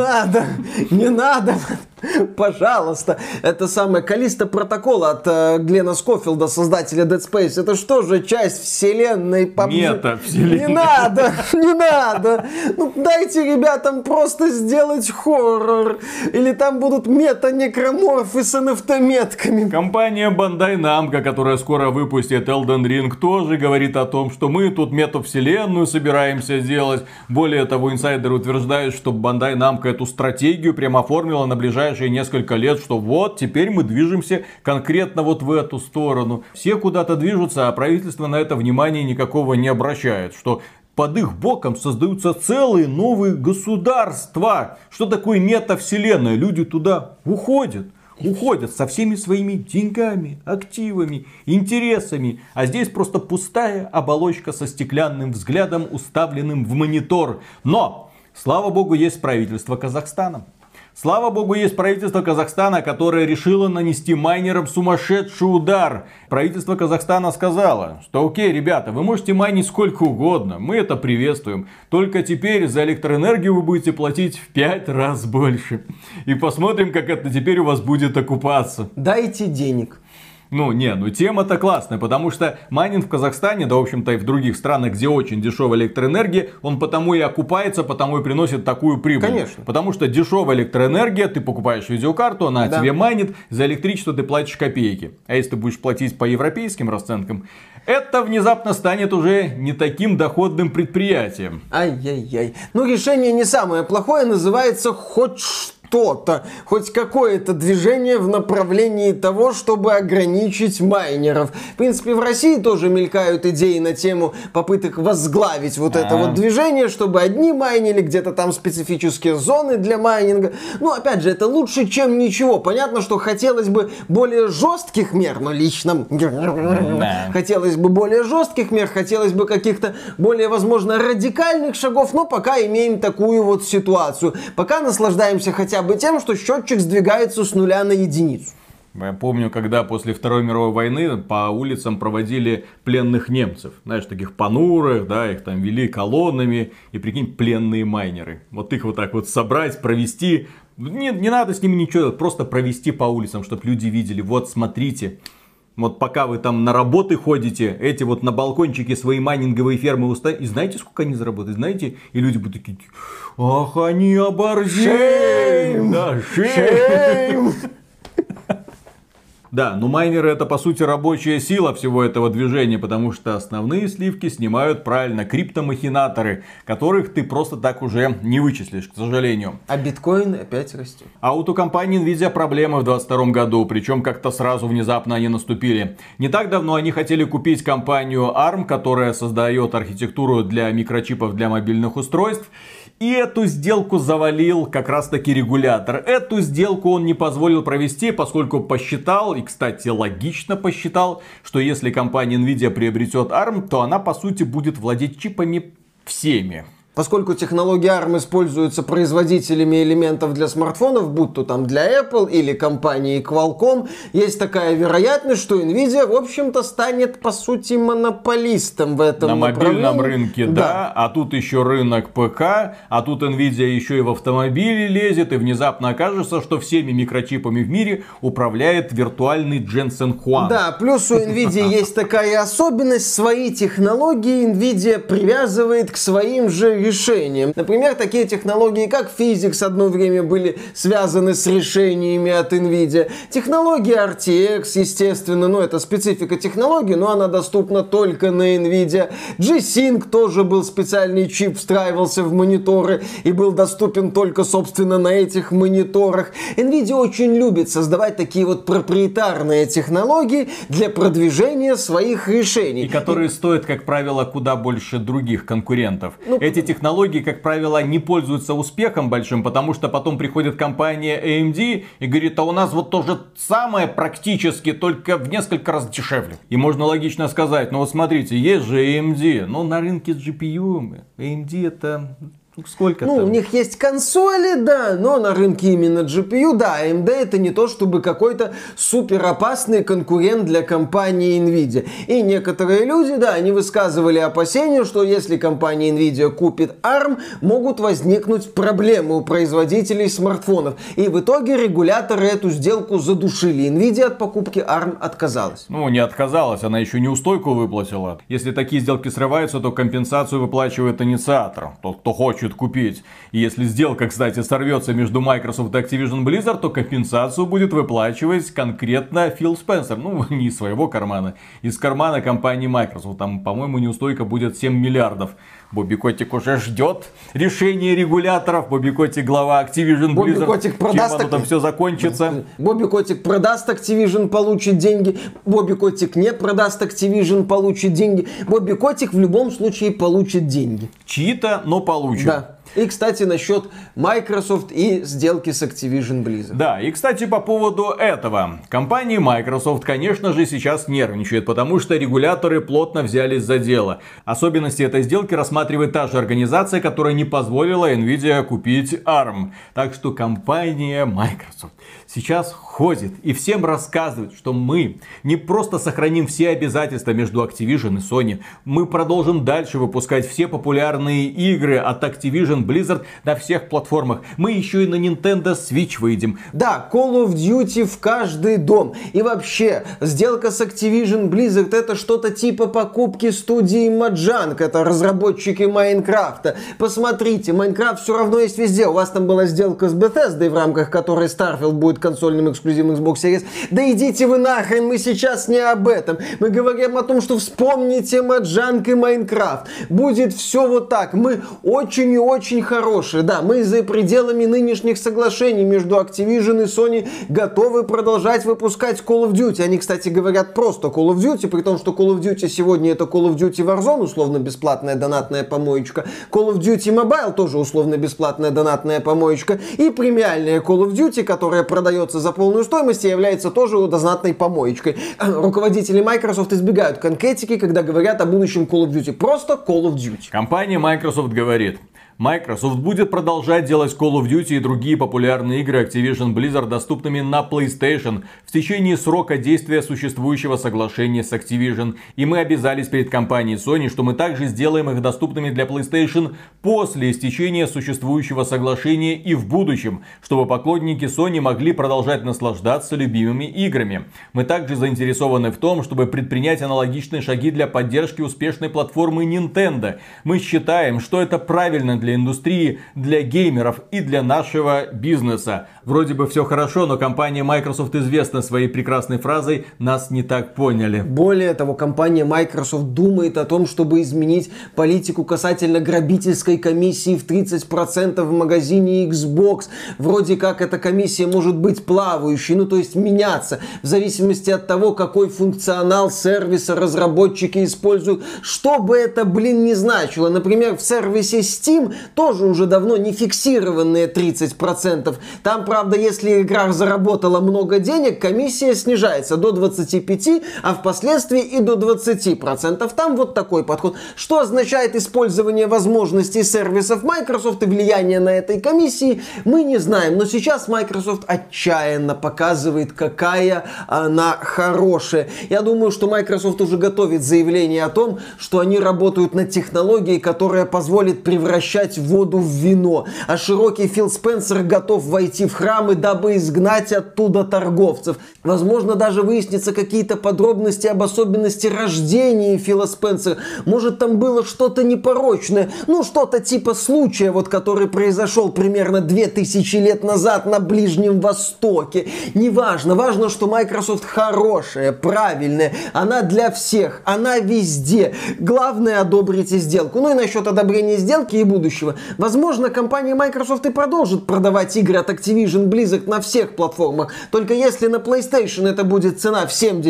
Не надо, пожалуйста. Это самое Callisto Protocol от Глена Скофилда, создателя Dead Space. Это что же, часть вселенной PUBG? Мета-вселенной. Не надо. Ну, дайте ребятам просто сделать хоррор. Или там будут мета-некроморфы с NFT-метками. Компания Bandai Namco, которая скоро выпустит Elden Ring, тоже говорит о том, что мы тут метавселенную собираемся делать. Более того, инсайдеры утверждают, что Bandai Namco эту стратегию прямо оформила на ближайшие несколько лет, что вот теперь мы движемся конкретно вот в эту сторону. Все куда-то движутся, а правительство на это внимания никакого не обращает, что под их боком создаются целые новые государства. Что такое метавселенная? Люди туда уходят со всеми своими деньгами, активами, интересами. А здесь просто пустая оболочка со стеклянным взглядом, уставленным в монитор. Но, слава богу, есть правительство Казахстана. Слава богу, есть правительство Казахстана, которое решило нанести майнерам сумасшедший удар. Правительство Казахстана сказало, что окей, ребята, вы можете майнить сколько угодно, мы это приветствуем. Только теперь за электроэнергию вы будете платить в 5 раз больше. И посмотрим, как это теперь у вас будет окупаться. Дайте денег. Тема-то классная, потому что майнинг в Казахстане, да, в общем-то, и в других странах, где очень дешевая электроэнергия, он потому и окупается, потому и приносит такую прибыль. Конечно. Потому что дешевая электроэнергия, ты покупаешь видеокарту, она тебе майнит, за электричество ты платишь копейки. А если ты будешь платить по европейским расценкам, это внезапно станет уже не таким доходным предприятием. Ай-яй-яй. Решение не самое плохое, называется хоть что-то, хоть какое-то движение в направлении того, чтобы ограничить майнеров. В принципе, в России тоже мелькают идеи на тему попыток возглавить вот это вот движение, чтобы одни майнили, где-то там специфические зоны для майнинга. Ну, опять же, это лучше, чем ничего. Понятно, что хотелось бы более жестких мер, но лично хотелось бы более жестких мер, хотелось бы каких-то более, возможно, радикальных шагов, но пока имеем такую вот ситуацию. Пока наслаждаемся хотя бы тем, что счетчик сдвигается с 0 на 1. Я помню, когда после Второй мировой войны по улицам проводили пленных немцев. Знаешь, таких понурых, да, их там вели колоннами. И прикинь, пленные майнеры. Вот их вот так вот собрать, провести. Не надо с ними ничего делать, просто провести по улицам, чтобы люди видели. Вот, смотрите. Вот пока вы там на работы ходите, эти вот на балкончике свои майнинговые фермы уставят. И знаете, сколько они заработают? Знаете? И люди будут такие: ах, они оборзели! Да, шейм! Да, но майнеры это по сути рабочая сила всего этого движения, потому что основные сливки снимают правильно криптомахинаторы, которых ты просто так уже не вычислишь, к сожалению. А биткоин опять растет. А вот у компании Nvidia проблемы в 2022 году, причем как-то сразу внезапно они наступили. Не так давно они хотели купить компанию ARM, которая создает архитектуру для микрочипов для мобильных устройств. И эту сделку завалил как раз таки регулятор. Эту сделку он не позволил провести, поскольку посчитал, и кстати логично посчитал, что если компания Nvidia приобретет ARM, то она по сути будет владеть чипами всеми. Поскольку технология ARM используется производителями элементов для смартфонов, будь то там для Apple или компании Qualcomm, есть такая вероятность, что Nvidia, в общем-то, станет, по сути, монополистом в этом направлении. На мобильном рынке, да. А тут еще рынок ПК, а тут Nvidia еще и в автомобили лезет, и внезапно окажется, что всеми микрочипами в мире управляет виртуальный Дженсен Хуан. Да, плюс у Nvidia есть такая особенность, свои технологии Nvidia привязывает к своим же решениям. Например, такие технологии, как Physics, одно время были связаны с решениями от Nvidia. Технология RTX, естественно, это специфика технологии, но она доступна только на Nvidia. G-Sync тоже был специальный чип, встраивался в мониторы и был доступен только, собственно, на этих мониторах. Nvidia очень любит создавать такие вот проприетарные технологии для продвижения своих решений. И которые стоят, как правило, куда больше других конкурентов. Эти технологии, как правило, не пользуются успехом большим, потому что потом приходит компания AMD и говорит: а у нас вот то же самое практически, только в несколько раз дешевле. И можно логично сказать: ну вот смотрите, есть же AMD, но на рынке GPU AMD это... Сколько там? У них есть консоли, да, но на рынке именно GPU, да, AMD это не то чтобы какой-то супер опасный конкурент для компании Nvidia. И некоторые люди, да, они высказывали опасения, что если компания Nvidia купит ARM, могут возникнуть проблемы у производителей смартфонов. И в итоге регуляторы эту сделку задушили. Nvidia от покупки ARM отказалась. Не отказалась, она еще неустойку выплатила. Если такие сделки срываются, то компенсацию выплачивает инициатор, тот, кто хочет купить. И если сделка, кстати, сорвется между Microsoft и Activision Blizzard, то компенсацию будет выплачивать конкретно Фил Спенсер. Не из своего кармана, из кармана компании Microsoft. Там, по-моему, неустойка будет 7 миллиардов. Бобби Котик уже ждет решения регуляторов. Бобби Котик глава Activision Blizzard. Бобби Котик продаст, чем там все закончится. Бобби Котик продаст Activision, получит деньги. Бобби Котик не продаст Activision, получит деньги. Бобби Котик в любом случае получит деньги. Чьи-то, но получит. Да. И, кстати, насчет Microsoft и сделки с Activision Blizzard. Да, и, кстати, по поводу этого. Компания Microsoft, конечно же, сейчас нервничает, потому что регуляторы плотно взялись за дело. Особенности этой сделки рассматривает та же организация, которая не позволила Nvidia купить ARM. Так что компания Microsoft сейчас ходит и всем рассказывает, что мы не просто сохраним все обязательства между Activision и Sony, мы продолжим дальше выпускать все популярные игры от Activision Blizzard на всех платформах. Мы еще и на Nintendo Switch выйдем. Да, Call of Duty в каждый дом. И вообще, сделка с Activision Blizzard это что-то типа покупки студии Mojang. Это разработчики Майнкрафта. Посмотрите, Майнкрафт все равно есть везде. У вас там была сделка с Bethesda, в рамках которой Starfield будет консольным эксклюзивом Xbox Series. Да идите вы нахрен, мы сейчас не об этом. Мы говорим о том, что вспомните Mojang и Майнкрафт. Будет все вот так. Мы очень и очень очень хорошие. Да, мы за пределами нынешних соглашений между Activision и Sony готовы продолжать выпускать Call of Duty. Они, кстати, говорят просто Call of Duty, при том, что Call of Duty сегодня это Call of Duty Warzone, условно бесплатная донатная помоечка. Call of Duty Mobile тоже условно бесплатная донатная помоечка. И премиальная Call of Duty, которая продается за полную стоимость и является тоже донатной помоечкой. Руководители Microsoft избегают конкретики, когда говорят о будущем Call of Duty. Просто Call of Duty. Компания Microsoft говорит: Microsoft будет продолжать делать Call of Duty и другие популярные игры Activision Blizzard доступными на PlayStation в течение срока действия существующего соглашения с Activision. И мы обязались перед компанией Sony, что мы также сделаем их доступными для PlayStation после истечения существующего соглашения и в будущем, чтобы поклонники Sony могли продолжать наслаждаться любимыми играми. Мы также заинтересованы в том, чтобы предпринять аналогичные шаги для поддержки успешной платформы Nintendo. Мы считаем, что это правильно для индустрии, для геймеров и для нашего бизнеса. Вроде бы все хорошо, но компания Microsoft известна своей прекрасной фразой «нас не так поняли». Более того, компания Microsoft думает о том, чтобы изменить политику касательно грабительской комиссии в 30% в магазине Xbox. Вроде как эта комиссия может быть плавающей, ну то есть меняться в зависимости от того, какой функционал сервиса разработчики используют. Что бы это, не значило. Например, в сервисе Steam тоже уже давно не фиксированные 30%. Там, правда, если игра заработала много денег, комиссия снижается до 25%, а впоследствии и до 20%. Там вот такой подход. Что означает использование возможностей сервисов Microsoft и влияние на этой комиссии, мы не знаем. Но сейчас Microsoft отчаянно показывает, какая она хорошая. Я думаю, что Microsoft уже готовит заявление о том, что они работают над технологией, которая позволит превращать воду в вино. А широкий Фил Спенсер готов войти в храмы, дабы изгнать оттуда торговцев. Возможно, даже выяснится какие-то подробности об особенности рождения Фила Спенсера. Может, там было что-то непорочное. Ну, что-то типа случая, вот, который произошел примерно 2000 лет назад на Ближнем Востоке. Неважно. Важно, что Microsoft хорошая, правильная. Она для всех. Она везде. Главное, одобрите сделку. Ну и насчет одобрения сделки и будущего. Возможно, компания Microsoft и продолжит продавать игры от Activision Blizzard на всех платформах. Только если на PlayStation это будет цена в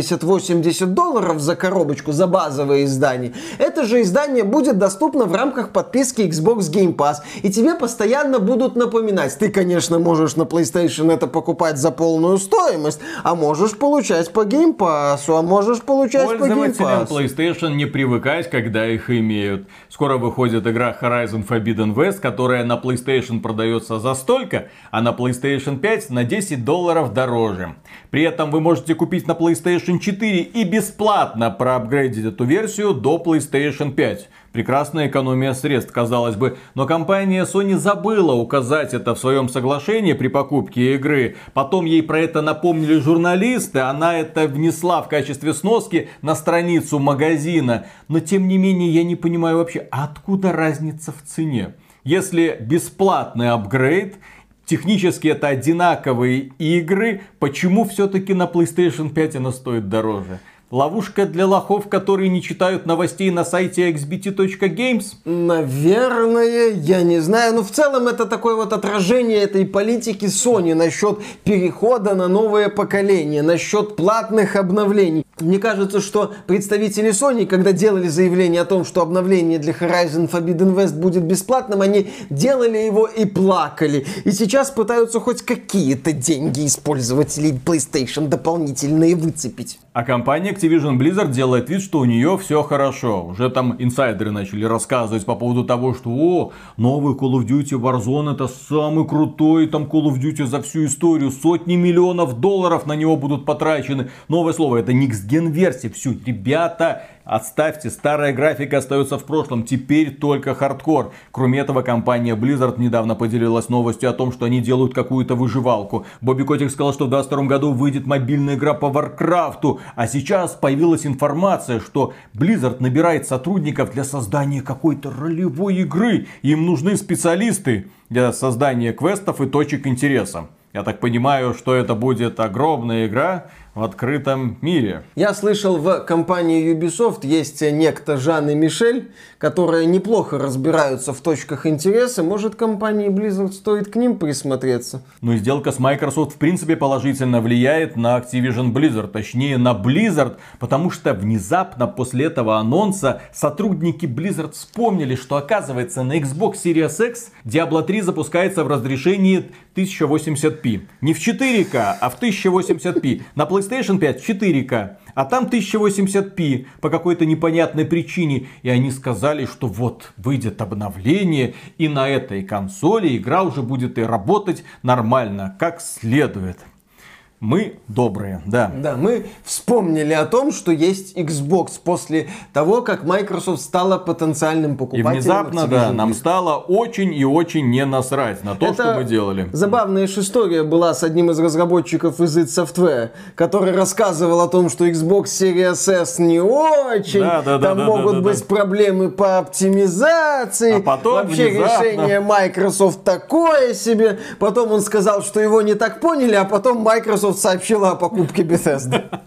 $70-80 за коробочку, за базовое издание, это же издание будет доступно в рамках подписки Xbox Game Pass. И тебе постоянно будут напоминать. Ты, конечно, можешь на PlayStation это покупать за полную стоимость, а можешь получать по Game Pass, а можешь получать по Game Pass. Пользователям PlayStation не привыкать, когда их имеют. Скоро выходит игра Horizon Forbidden West, которая на PlayStation продается за столько, а на PlayStation 5 на $10 дороже. При этом вы можете купить на PlayStation 4 и бесплатно проапгрейдить эту версию до PlayStation 5. Прекрасная экономия средств, казалось бы. Но компания Sony забыла указать это в своем соглашении при покупке игры. Потом ей про это напомнили журналисты. Она это внесла в качестве сноски на страницу магазина. Но тем не менее я не понимаю вообще, откуда разница в цене. Если бесплатный апгрейд, технически это одинаковые игры, почему все-таки на PlayStation 5 она стоит дороже? Ловушка для лохов, которые не читают новостей на сайте xbt.games? Наверное, я не знаю. Но в целом это такое вот отражение этой политики Sony насчет перехода на новое поколение, насчет платных обновлений. Мне кажется, что представители Sony, когда делали заявление о том, что обновление для Horizon Forbidden West будет бесплатным, они делали его и плакали. И сейчас пытаются хоть какие-то деньги из пользователей PlayStation дополнительные выцепить. А компания Activision Blizzard делает вид, что у нее все хорошо. Уже там инсайдеры начали рассказывать по поводу того, что новый Call of Duty Warzone это самый крутой там Call of Duty за всю историю. Сотни миллионов долларов на него будут потрачены. Новое слово, это Next-Gen версия. Все, ребята, отставьте, старая графика остается в прошлом, теперь только хардкор. Кроме этого, компания Blizzard недавно поделилась новостью о том, что они делают какую-то выживалку. Бобби Котик сказал, что в 2022 году выйдет мобильная игра по Warcraft. А сейчас появилась информация, что Blizzard набирает сотрудников для создания какой-то ролевой игры. Им нужны специалисты для создания квестов и точек интереса. Я так понимаю, что это будет огромная игра в открытом мире. Я слышал, в компании Ubisoft есть некто Жан и Мишель, которые неплохо разбираются в точках интереса. Может, компании Blizzard стоит к ним присмотреться? Но сделка с Microsoft в принципе положительно влияет на Activision Blizzard, точнее на Blizzard, потому что внезапно после этого анонса сотрудники Blizzard вспомнили, что оказывается на Xbox Series X Diablo 3 запускается в разрешении 1080p. Не в 4К, а в 1080p. На PlayStation 5 в 4К. А там 1080p по какой-то непонятной причине. И они сказали, что вот выйдет обновление, и на этой консоли игра уже будет и работать нормально, как следует. Мы добрые, да. Да, мы вспомнили о том, что есть Xbox после того, как Microsoft стала потенциальным покупателем. И внезапно, да, нам стало очень и очень не насрать на то, что мы делали. Забавная же история была с одним из разработчиков из id Software, который рассказывал о том, что Xbox Series S не очень, там могут быть проблемы по оптимизации, а потом вообще решение Microsoft такое себе. Потом он сказал, что его не так поняли, а потом Microsoft сообщила о покупке Bethesda.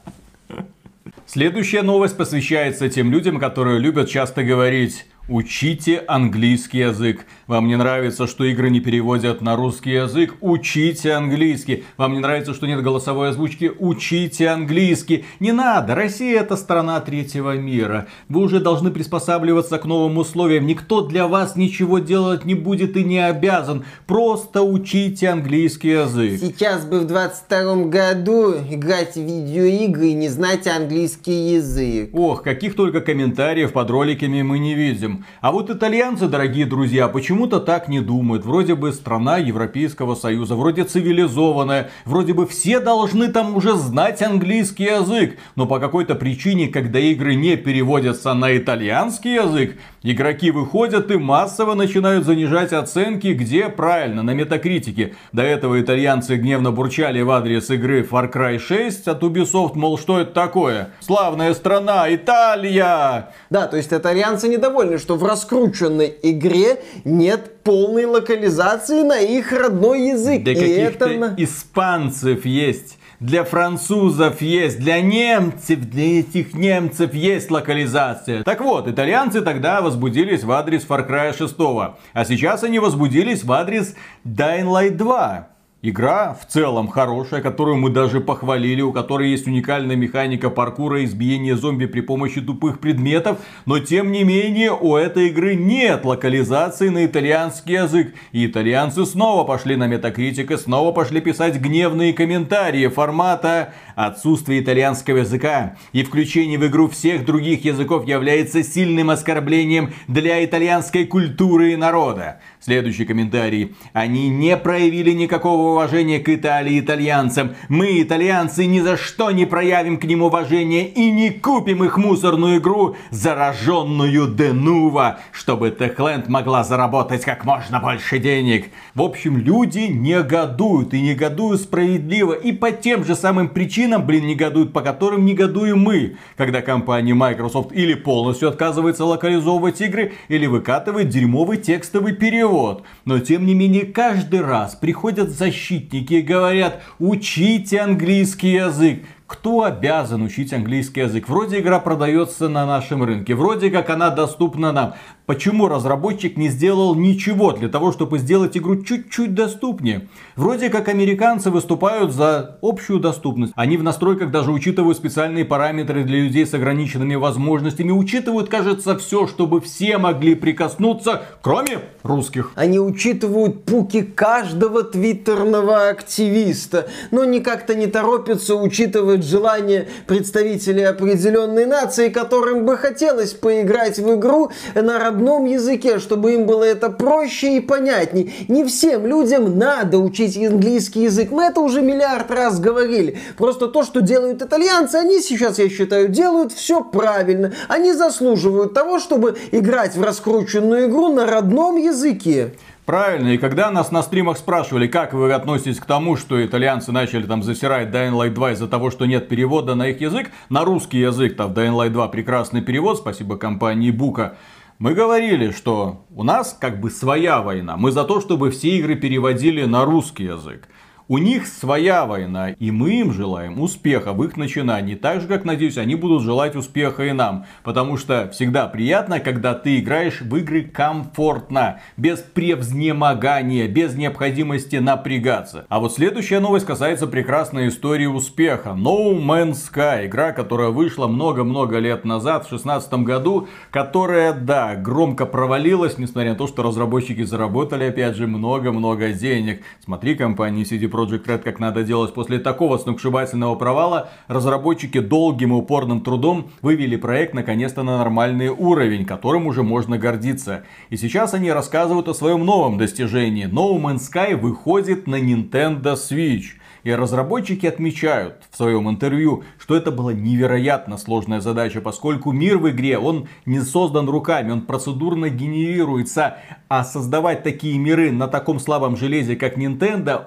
Следующая новость посвящается тем людям, которые любят часто говорить: учите английский язык. Вам не нравится, что игры не переводят на русский язык? Учите английский. Вам не нравится, что нет голосовой озвучки? Учите английский. Не надо. Россия — это страна третьего мира. Вы уже должны приспосабливаться к новым условиям. Никто для вас ничего делать не будет и не обязан. Просто учите английский язык. Сейчас бы в 22 году играть в видеоигры и не знать английский язык. Ох, каких только комментариев под роликами мы не видим. А вот итальянцы, дорогие друзья, почему-то так не думают. Вроде бы страна Европейского Союза, вроде цивилизованная, вроде бы все должны там уже знать английский язык. Но по какой-то причине, когда игры не переводятся на итальянский язык, игроки выходят и массово начинают занижать оценки, где правильно, на Метакритике. До этого итальянцы гневно бурчали в адрес игры Far Cry 6 от Ubisoft, мол, что это такое? Славная страна, Италия! Да, то есть итальянцы недовольны, что в раскрученной игре нет полной локализации на их родной язык. Для каких-то испанцев есть. Для французов есть, для немцев, для этих немцев есть локализация. Так вот, итальянцы тогда возбудились в адрес Far Cry 6. А сейчас они возбудились в адрес Dying Light 2. Игра в целом хорошая, которую мы даже похвалили, у которой есть уникальная механика паркура и избиения зомби при помощи тупых предметов, но тем не менее у этой игры нет локализации на итальянский язык. И итальянцы снова пошли на Metacritic и снова пошли писать гневные комментарии формата: отсутствие итальянского языка и включение в игру всех других языков является сильным оскорблением для итальянской культуры и народа. Следующий комментарий: они не проявили никакого уважения к Италии и итальянцам. Мы, итальянцы, ни за что не проявим к ним уважения и не купим их мусорную игру, зараженную Денува, чтобы Techland могла заработать как можно больше денег. В общем, люди негодуют, и негодуют справедливо, и по тем же самым причинам, негодуют, по которым негодуем мы, когда компания Microsoft или полностью отказывается локализовывать игры, или выкатывает дерьмовый текстовый перевод. Но тем не менее, каждый раз приходят защитники и говорят: учите английский язык. Кто обязан учить английский язык? Вроде игра продается на нашем рынке, вроде как она доступна нам. Почему разработчик не сделал ничего для того, чтобы сделать игру чуть-чуть доступнее? Вроде как американцы выступают за общую доступность. Они в настройках даже учитывают специальные параметры для людей с ограниченными возможностями. Учитывают, кажется, все, чтобы все могли прикоснуться, кроме русских. Они учитывают пуки каждого твиттерного активиста, но как-то не торопятся учитывать желание представителей определенной нации, которым бы хотелось поиграть в игру на родном языке, чтобы им было это проще и понятней. Не всем людям надо учить английский язык. Мы это уже миллиард раз говорили. Просто то, что делают итальянцы, они сейчас, я считаю, делают все правильно. Они заслуживают того, чтобы играть в раскрученную игру на родном языке. Правильно, и когда нас на стримах спрашивали, как вы относитесь к тому, что итальянцы начали там засирать Dying Light 2 из-за того, что нет перевода на их язык, на русский язык, там в Dying Light 2 прекрасный перевод, спасибо компании Бука, мы говорили, что у нас как бы своя война, мы за то, чтобы все игры переводили на русский язык. У них своя война, и мы им желаем успеха в их начинании. Так же, как, надеюсь, они будут желать успеха и нам. Потому что всегда приятно, когда ты играешь в игры комфортно, без превзнемогания, без необходимости напрягаться. А вот следующая новость касается прекрасной истории успеха. No Man's Sky, игра, которая вышла много-много лет назад, в 2016 году, которая, да, громко провалилась, несмотря на то, что разработчики заработали, опять же, много-много денег. Смотри, компания CD Projekt Red, как надо делать. После такого сногсшибательного провала разработчики долгим и упорным трудом вывели проект наконец-то на нормальный уровень, которым уже можно гордиться. И сейчас они рассказывают о своем новом достижении. No Man's Sky выходит на Nintendo Switch. И разработчики отмечают в своем интервью, что это была невероятно сложная задача, поскольку мир в игре, он не создан руками, он процедурно генерируется. А создавать такие миры на таком слабом железе, как Nintendo,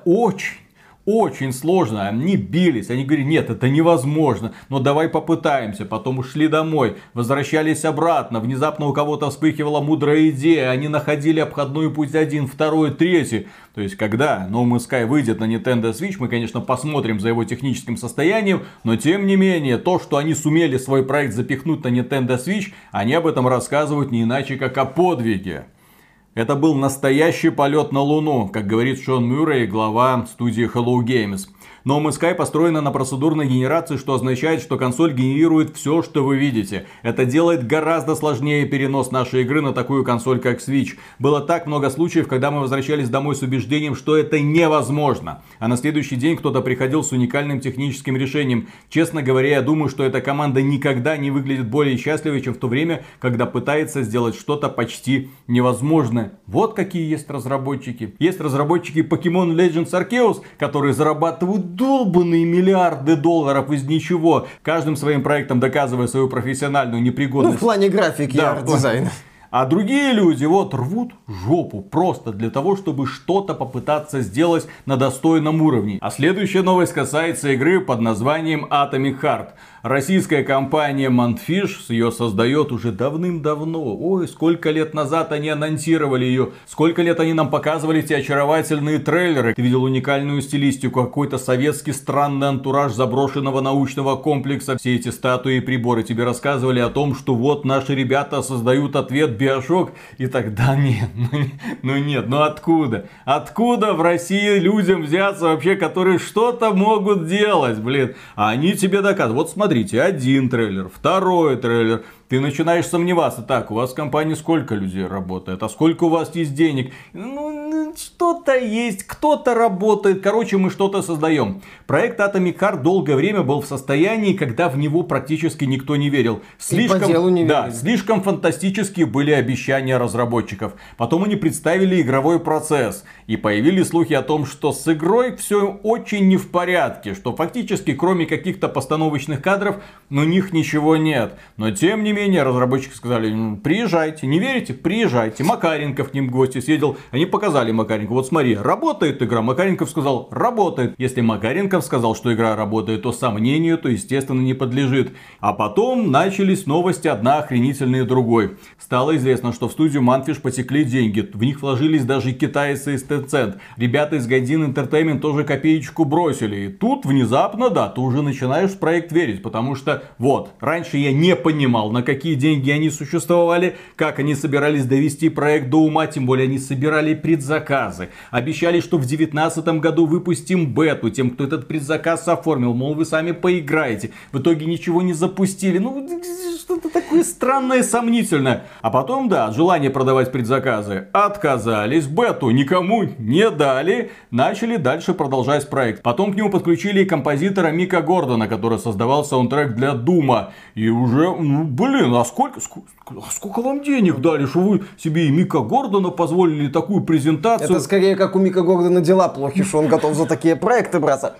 очень сложно. Они бились, они говорили, нет, это невозможно, но давай попытаемся. Потом ушли домой, возвращались обратно. Внезапно у кого-то вспыхивала мудрая идея, они находили обходной путь один, второй, третий. То есть, когда No Man's Sky выйдет на Nintendo Switch, мы, конечно, посмотрим за его техническим состоянием, но тем не менее, то, что они сумели свой проект запихнуть на Nintendo Switch, они об этом рассказывают не иначе, как о подвиге. Это был настоящий полет на Луну, как говорит Шон Мюррей, глава студии Hello Games. No Man's Sky построена на процедурной генерации, что означает, что консоль генерирует все, что вы видите. Это делает гораздо сложнее перенос нашей игры на такую консоль, как Switch. Было так много случаев, когда мы возвращались домой с убеждением, что это невозможно. А на следующий день кто-то приходил с уникальным техническим решением. Честно говоря, я думаю, что эта команда никогда не выглядит более счастливой, чем в то время, когда пытается сделать что-то почти невозможное. Вот какие есть разработчики. Есть разработчики Pokemon Legends Arceus, которые зарабатывают долбанные миллиарды долларов из ничего, каждым своим проектом доказывая свою профессиональную непригодность. Ну, в плане графики и арт-дизайна. А другие люди вот рвут жопу просто для того, чтобы что-то попытаться сделать на достойном уровне. А следующая новость касается игры под названием Atomic Heart. Российская компания Mantfish ее создает уже давным-давно. Ой, сколько лет назад они анонсировали ее. Сколько лет они нам показывали эти очаровательные трейлеры. Ты видел уникальную стилистику, какой-то советский странный антураж заброшенного научного комплекса. Все эти статуи и приборы тебе рассказывали о том, что вот наши ребята создают ответ Биошок. И тогда нет. Ну откуда? Откуда в России людям взяться вообще, которые что-то могут делать, блин? А они тебе доказывают. Вот смотрите, один трейлер, второй трейлер. Ты начинаешь сомневаться. Так, у вас в компании сколько людей работает? А сколько у вас есть денег? Ну, что-то есть, кто-то работает. Короче, мы что-то создаем. Проект Atomic Heart долгое время был в состоянии, когда в него практически никто не верил. Слишком фантастические были обещания разработчиков. Потом они представили игровой процесс. И появились слухи о том, что с игрой все очень не в порядке. Что фактически, кроме каких-то постановочных кадров, у них ничего нет. Но тем не менее, разработчики сказали, приезжайте, не верите? Приезжайте. Макаренко к ним в гости съездил, они показали Макаренко, вот смотри, работает игра. Макаренков сказал, работает. Если Макаренков сказал, что игра работает, то сомнению, то естественно не подлежит. А потом начались новости, одна охренительнее другой. Стало известно, что в студию Mantfish потекли деньги, в них вложились даже китайцы из Tencent. Ребята из Gaijin Entertainment тоже копеечку бросили. И тут внезапно, да, ты уже начинаешь в проект верить, потому что вот, раньше я не понимал, на какие деньги они существовали, как они собирались довести проект до ума, тем более они собирали предзаказы. Обещали, что в 2019 году выпустим бету тем, кто этот предзаказ оформил, мол, вы сами поиграете. В итоге ничего не запустили. Ну, что-то такое странное и сомнительное. А потом, да, от желания продавать предзаказы отказались, бету никому не дали, начали дальше продолжать проект. Потом к нему подключили композитора Мика Гордона, который создавал саундтрек для Дума. И уже, блин, а сколько вам денег дали, что вы себе и Мика Гордона позволили такую презентацию? Это скорее как у Мика Гордона дела плохи, что он готов за такие проекты браться.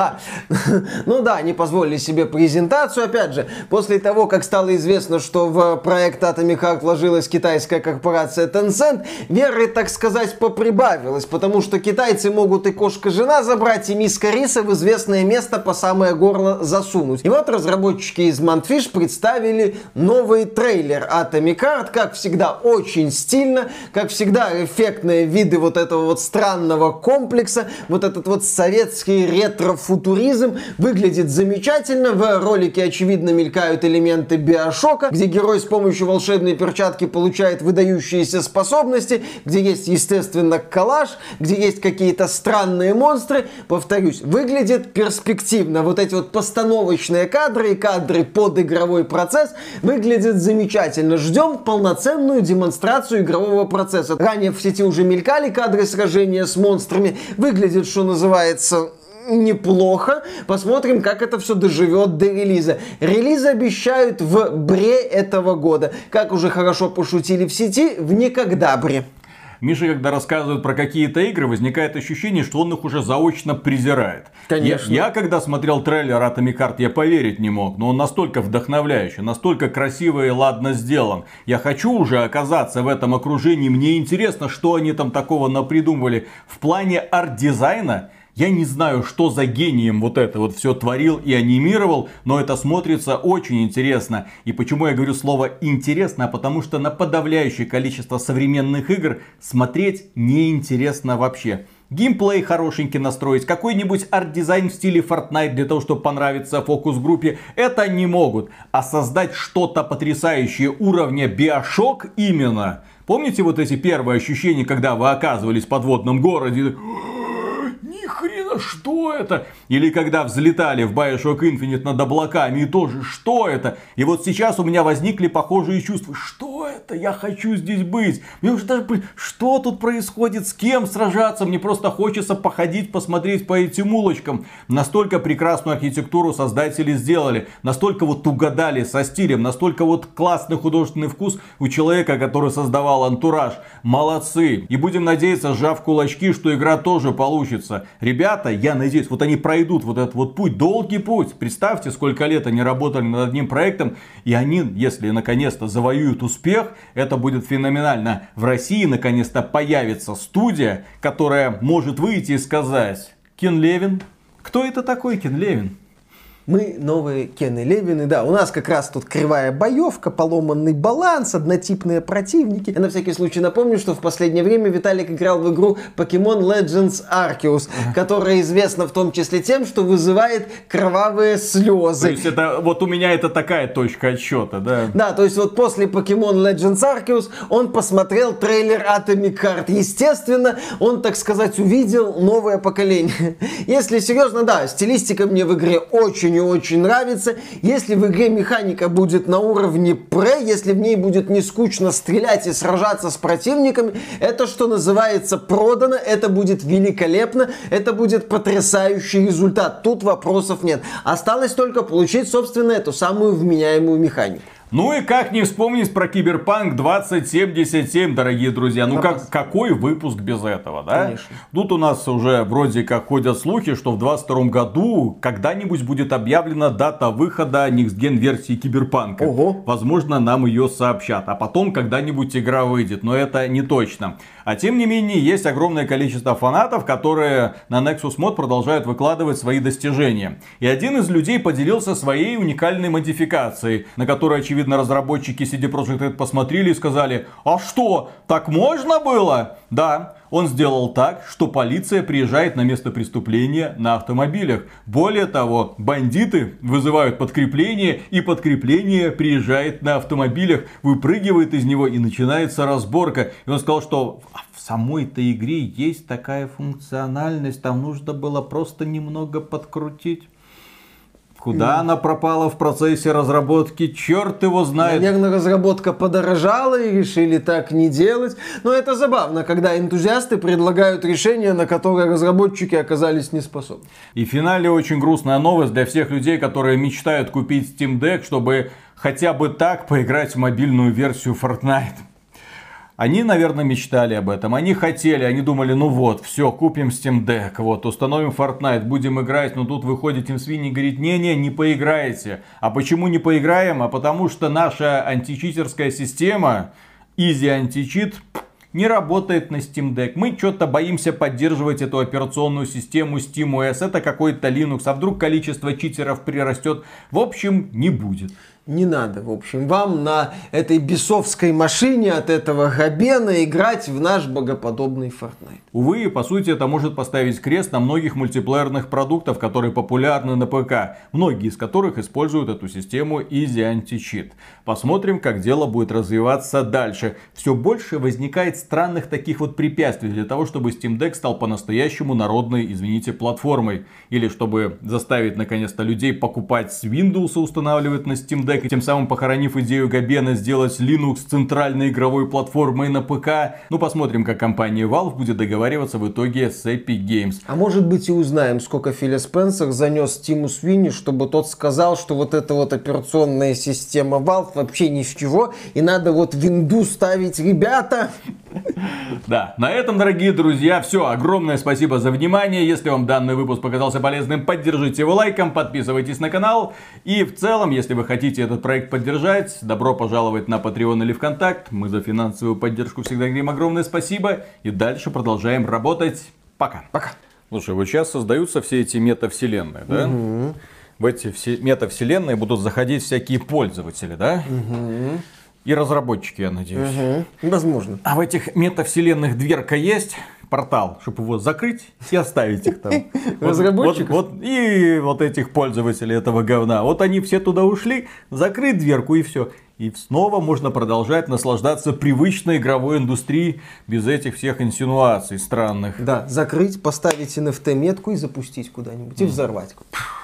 Ну да, они позволили себе презентацию. Опять же, после того, как стало известно, что в проект Atomic Heart вложилась китайская корпорация Tencent, веры, так сказать, поприбавилось, потому что китайцы могут и кошка-жена забрать, и миска риса в известное место по самое горло засунуть. И вот разработчики из Mantfish представили новый трейлер Atomic Heart, как всегда, очень стильно, как всегда, эффектные виды вот этого вот странного комплекса, вот этот вот советский ретро-футуризм выглядит замечательно. В ролике, очевидно, мелькают элементы Биошока, где герой с помощью волшебной перчатки получает выдающиеся способности, где есть, естественно, коллаж, где есть какие-то странные монстры. Повторюсь, выглядит перспективно. Вот эти вот постановочные кадры и кадры под игровой процесс выглядят замечательно. Ждем полноценную демонстрацию игрового процесса. Ранее в сети уже мелькали кадры сражения с монстрами. Выглядит, что называется, неплохо. Посмотрим, как это все доживет до релиза. Релиз обещают в бре этого года. Как уже хорошо пошутили в сети, в никогда-бре. Миша, когда рассказывает про какие-то игры, возникает ощущение, что он их уже заочно презирает. Конечно. Я когда смотрел трейлер Atomic Heart, я поверить не мог, но он настолько вдохновляющий, настолько красиво и ладно сделан. Я хочу уже оказаться в этом окружении, мне интересно, что они там такого напридумывали. В плане арт-дизайна я не знаю, что за гением вот это вот все творил и анимировал, но это смотрится очень интересно. И почему я говорю слово интересно? Потому что на подавляющее количество современных игр смотреть неинтересно вообще. Геймплей хорошенький настроить, какой-нибудь арт-дизайн в стиле Fortnite для того, чтобы понравиться фокус-группе, это не могут. А создать что-то потрясающее уровня Bioshock именно. Помните вот эти первые ощущения, когда вы оказывались в подводном городе? Ни хрена, что это? Или когда взлетали в Bioshock Infinite над облаками и тоже, что это? И вот сейчас у меня возникли похожие чувства. Что это? Я хочу здесь быть. Мне уже даже, что тут происходит? С кем сражаться? Мне просто хочется походить, посмотреть по этим улочкам. Настолько прекрасную архитектуру создатели сделали. Настолько вот угадали со стилем. Настолько вот классный художественный вкус у человека, который создавал антураж. Молодцы. И будем надеяться, сжав кулачки, что игра тоже получится. Ребята, я надеюсь, вот они пройдут вот этот вот путь, долгий путь. Представьте, сколько лет они работали над одним проектом. И они, если наконец-то завоюют успех, это будет феноменально. В России наконец-то появится студия, которая может выйти и сказать: Кен Левин? Кто это такой Кен Левин? Мы новые Кены Левины, да, у нас как раз тут кривая боевка, поломанный баланс, однотипные противники. Я на всякий случай напомню, что в последнее время Виталик играл в игру Pokemon Legends Arceus, которая известна в том числе тем, что вызывает кровавые слезы. То есть это, вот у меня это такая точка отсчета, да? Да, то есть вот после Pokemon Legends Arceus он посмотрел трейлер Atomic Heart. Естественно, он, так сказать, увидел новое поколение. Если серьезно, да, стилистика мне в игре очень и очень нравится. Если в игре механика будет на уровне пре, если в ней будет не скучно стрелять и сражаться с противниками, это, что называется, продано, это будет великолепно, это будет потрясающий результат. Тут вопросов нет. Осталось только получить, собственно, эту самую вменяемую механику. Ну и как не вспомнить про Киберпанк 2077, дорогие друзья. Ну какой выпуск без этого, да? Конечно. Тут у нас уже вроде как ходят слухи, что в 2022 году когда-нибудь будет объявлена дата выхода Next Gen версии Киберпанка. Ого. Возможно, нам ее сообщат. А потом когда-нибудь игра выйдет, но это не точно. А тем не менее, есть огромное количество фанатов, которые на Nexus Mod продолжают выкладывать свои достижения. И один из людей поделился своей уникальной модификацией, на которую, очевидно, разработчики CD Projekt Red посмотрели и сказали: а что, так можно было? Да, он сделал так, что полиция приезжает на место преступления на автомобилях. Более того, бандиты вызывают подкрепление, и подкрепление приезжает на автомобилях, выпрыгивает из него, и начинается разборка. И он сказал, что в самой-то игре есть такая функциональность, там нужно было просто немного подкрутить. Куда она пропала в процессе разработки, черт его знает. Наверное, разработка подорожала и решили так не делать. Но это забавно, когда энтузиасты предлагают решения, на которые разработчики оказались не способны. И в финале очень грустная новость для всех людей, которые мечтают купить Steam Deck, чтобы хотя бы так поиграть в мобильную версию Fortnite. Они, наверное, мечтали об этом, они хотели, они думали, ну вот, все, купим Steam Deck, вот, установим Fortnite, будем играть, но тут выходит Тим Свини и говорит: не-не, не поиграете. А почему не поиграем? А потому что наша античитерская система, Easy Anti-Cheat, не работает на Steam Deck. Мы что-то боимся поддерживать эту операционную систему SteamOS, это какой-то Linux, а вдруг количество читеров прирастет. В общем, не будет. Не надо, в общем, вам на этой бесовской машине от этого Габена играть в наш богоподобный Fortnite. Увы, по сути, это может поставить крест на многих мультиплеерных продуктах, которые популярны на ПК, многие из которых используют эту систему Easy Anti-Cheat. Посмотрим, как дело будет развиваться дальше. Все больше возникает странных таких вот препятствий для того, чтобы Steam Deck стал по-настоящему народной, извините, платформой. Или чтобы заставить наконец-то людей покупать с Windows, устанавливать на Steam Deck, и тем самым похоронив идею Габена сделать Linux центральной игровой платформой на ПК. Ну, посмотрим, как компания Valve будет договариваться в итоге с Epic Games. А может быть и узнаем, сколько Филя Спенсер занес Тиму Свини, чтобы тот сказал, что вот эта вот операционная система Valve вообще ни с чего, и надо вот винду ставить, ребята. Да, на этом, дорогие друзья, все. Огромное спасибо за внимание. Если вам данный выпуск показался полезным, поддержите его лайком, подписывайтесь на канал. И в целом, если вы хотите этот проект поддержать, добро пожаловать на Patreon или ВКонтакт. Мы за финансовую поддержку всегда говорим огромное спасибо. И дальше продолжаем работать. Пока. Пока. Слушай, вот сейчас создаются все эти метавселенные, да? В эти метавселенные будут заходить всякие пользователи, да? И разработчики, я надеюсь. Возможно. А в этих метавселенных дверка есть? Портал, чтобы его закрыть и оставить их там. Разработчиков? И вот этих пользователей этого говна. Вот они все туда ушли, закрыть дверку и все. И снова можно продолжать наслаждаться привычной игровой индустрией без этих всех инсинуаций странных. Да, закрыть, поставить NFT-метку и запустить куда-нибудь. И взорвать.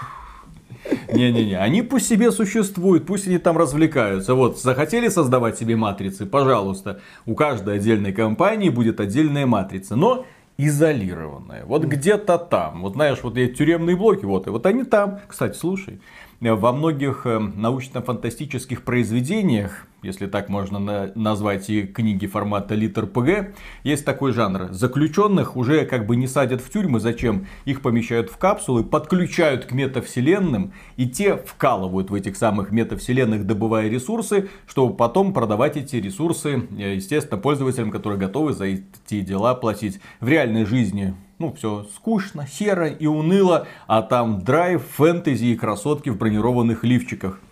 Не-не-не, они пусть себе существуют, пусть они там развлекаются. Вот, захотели создавать себе матрицы, пожалуйста. У каждой отдельной компании будет отдельная матрица, но изолированная. Вот где-то там. Вот знаешь, вот эти тюремные блоки, вот они там. Кстати, слушай, во многих научно-фантастических произведениях, если так можно назвать и книги формата литр-ПГ, есть такой жанр. Заключенных уже как бы не садят в тюрьмы, зачем? Их помещают в капсулы, подключают к метавселенным, и те вкалывают в этих самых метавселенных, добывая ресурсы, чтобы потом продавать эти ресурсы, естественно, пользователям, которые готовы за эти дела платить. В реальной жизни все скучно, серо и уныло, а там драйв, фэнтези и красотки в бронированных лифчиках.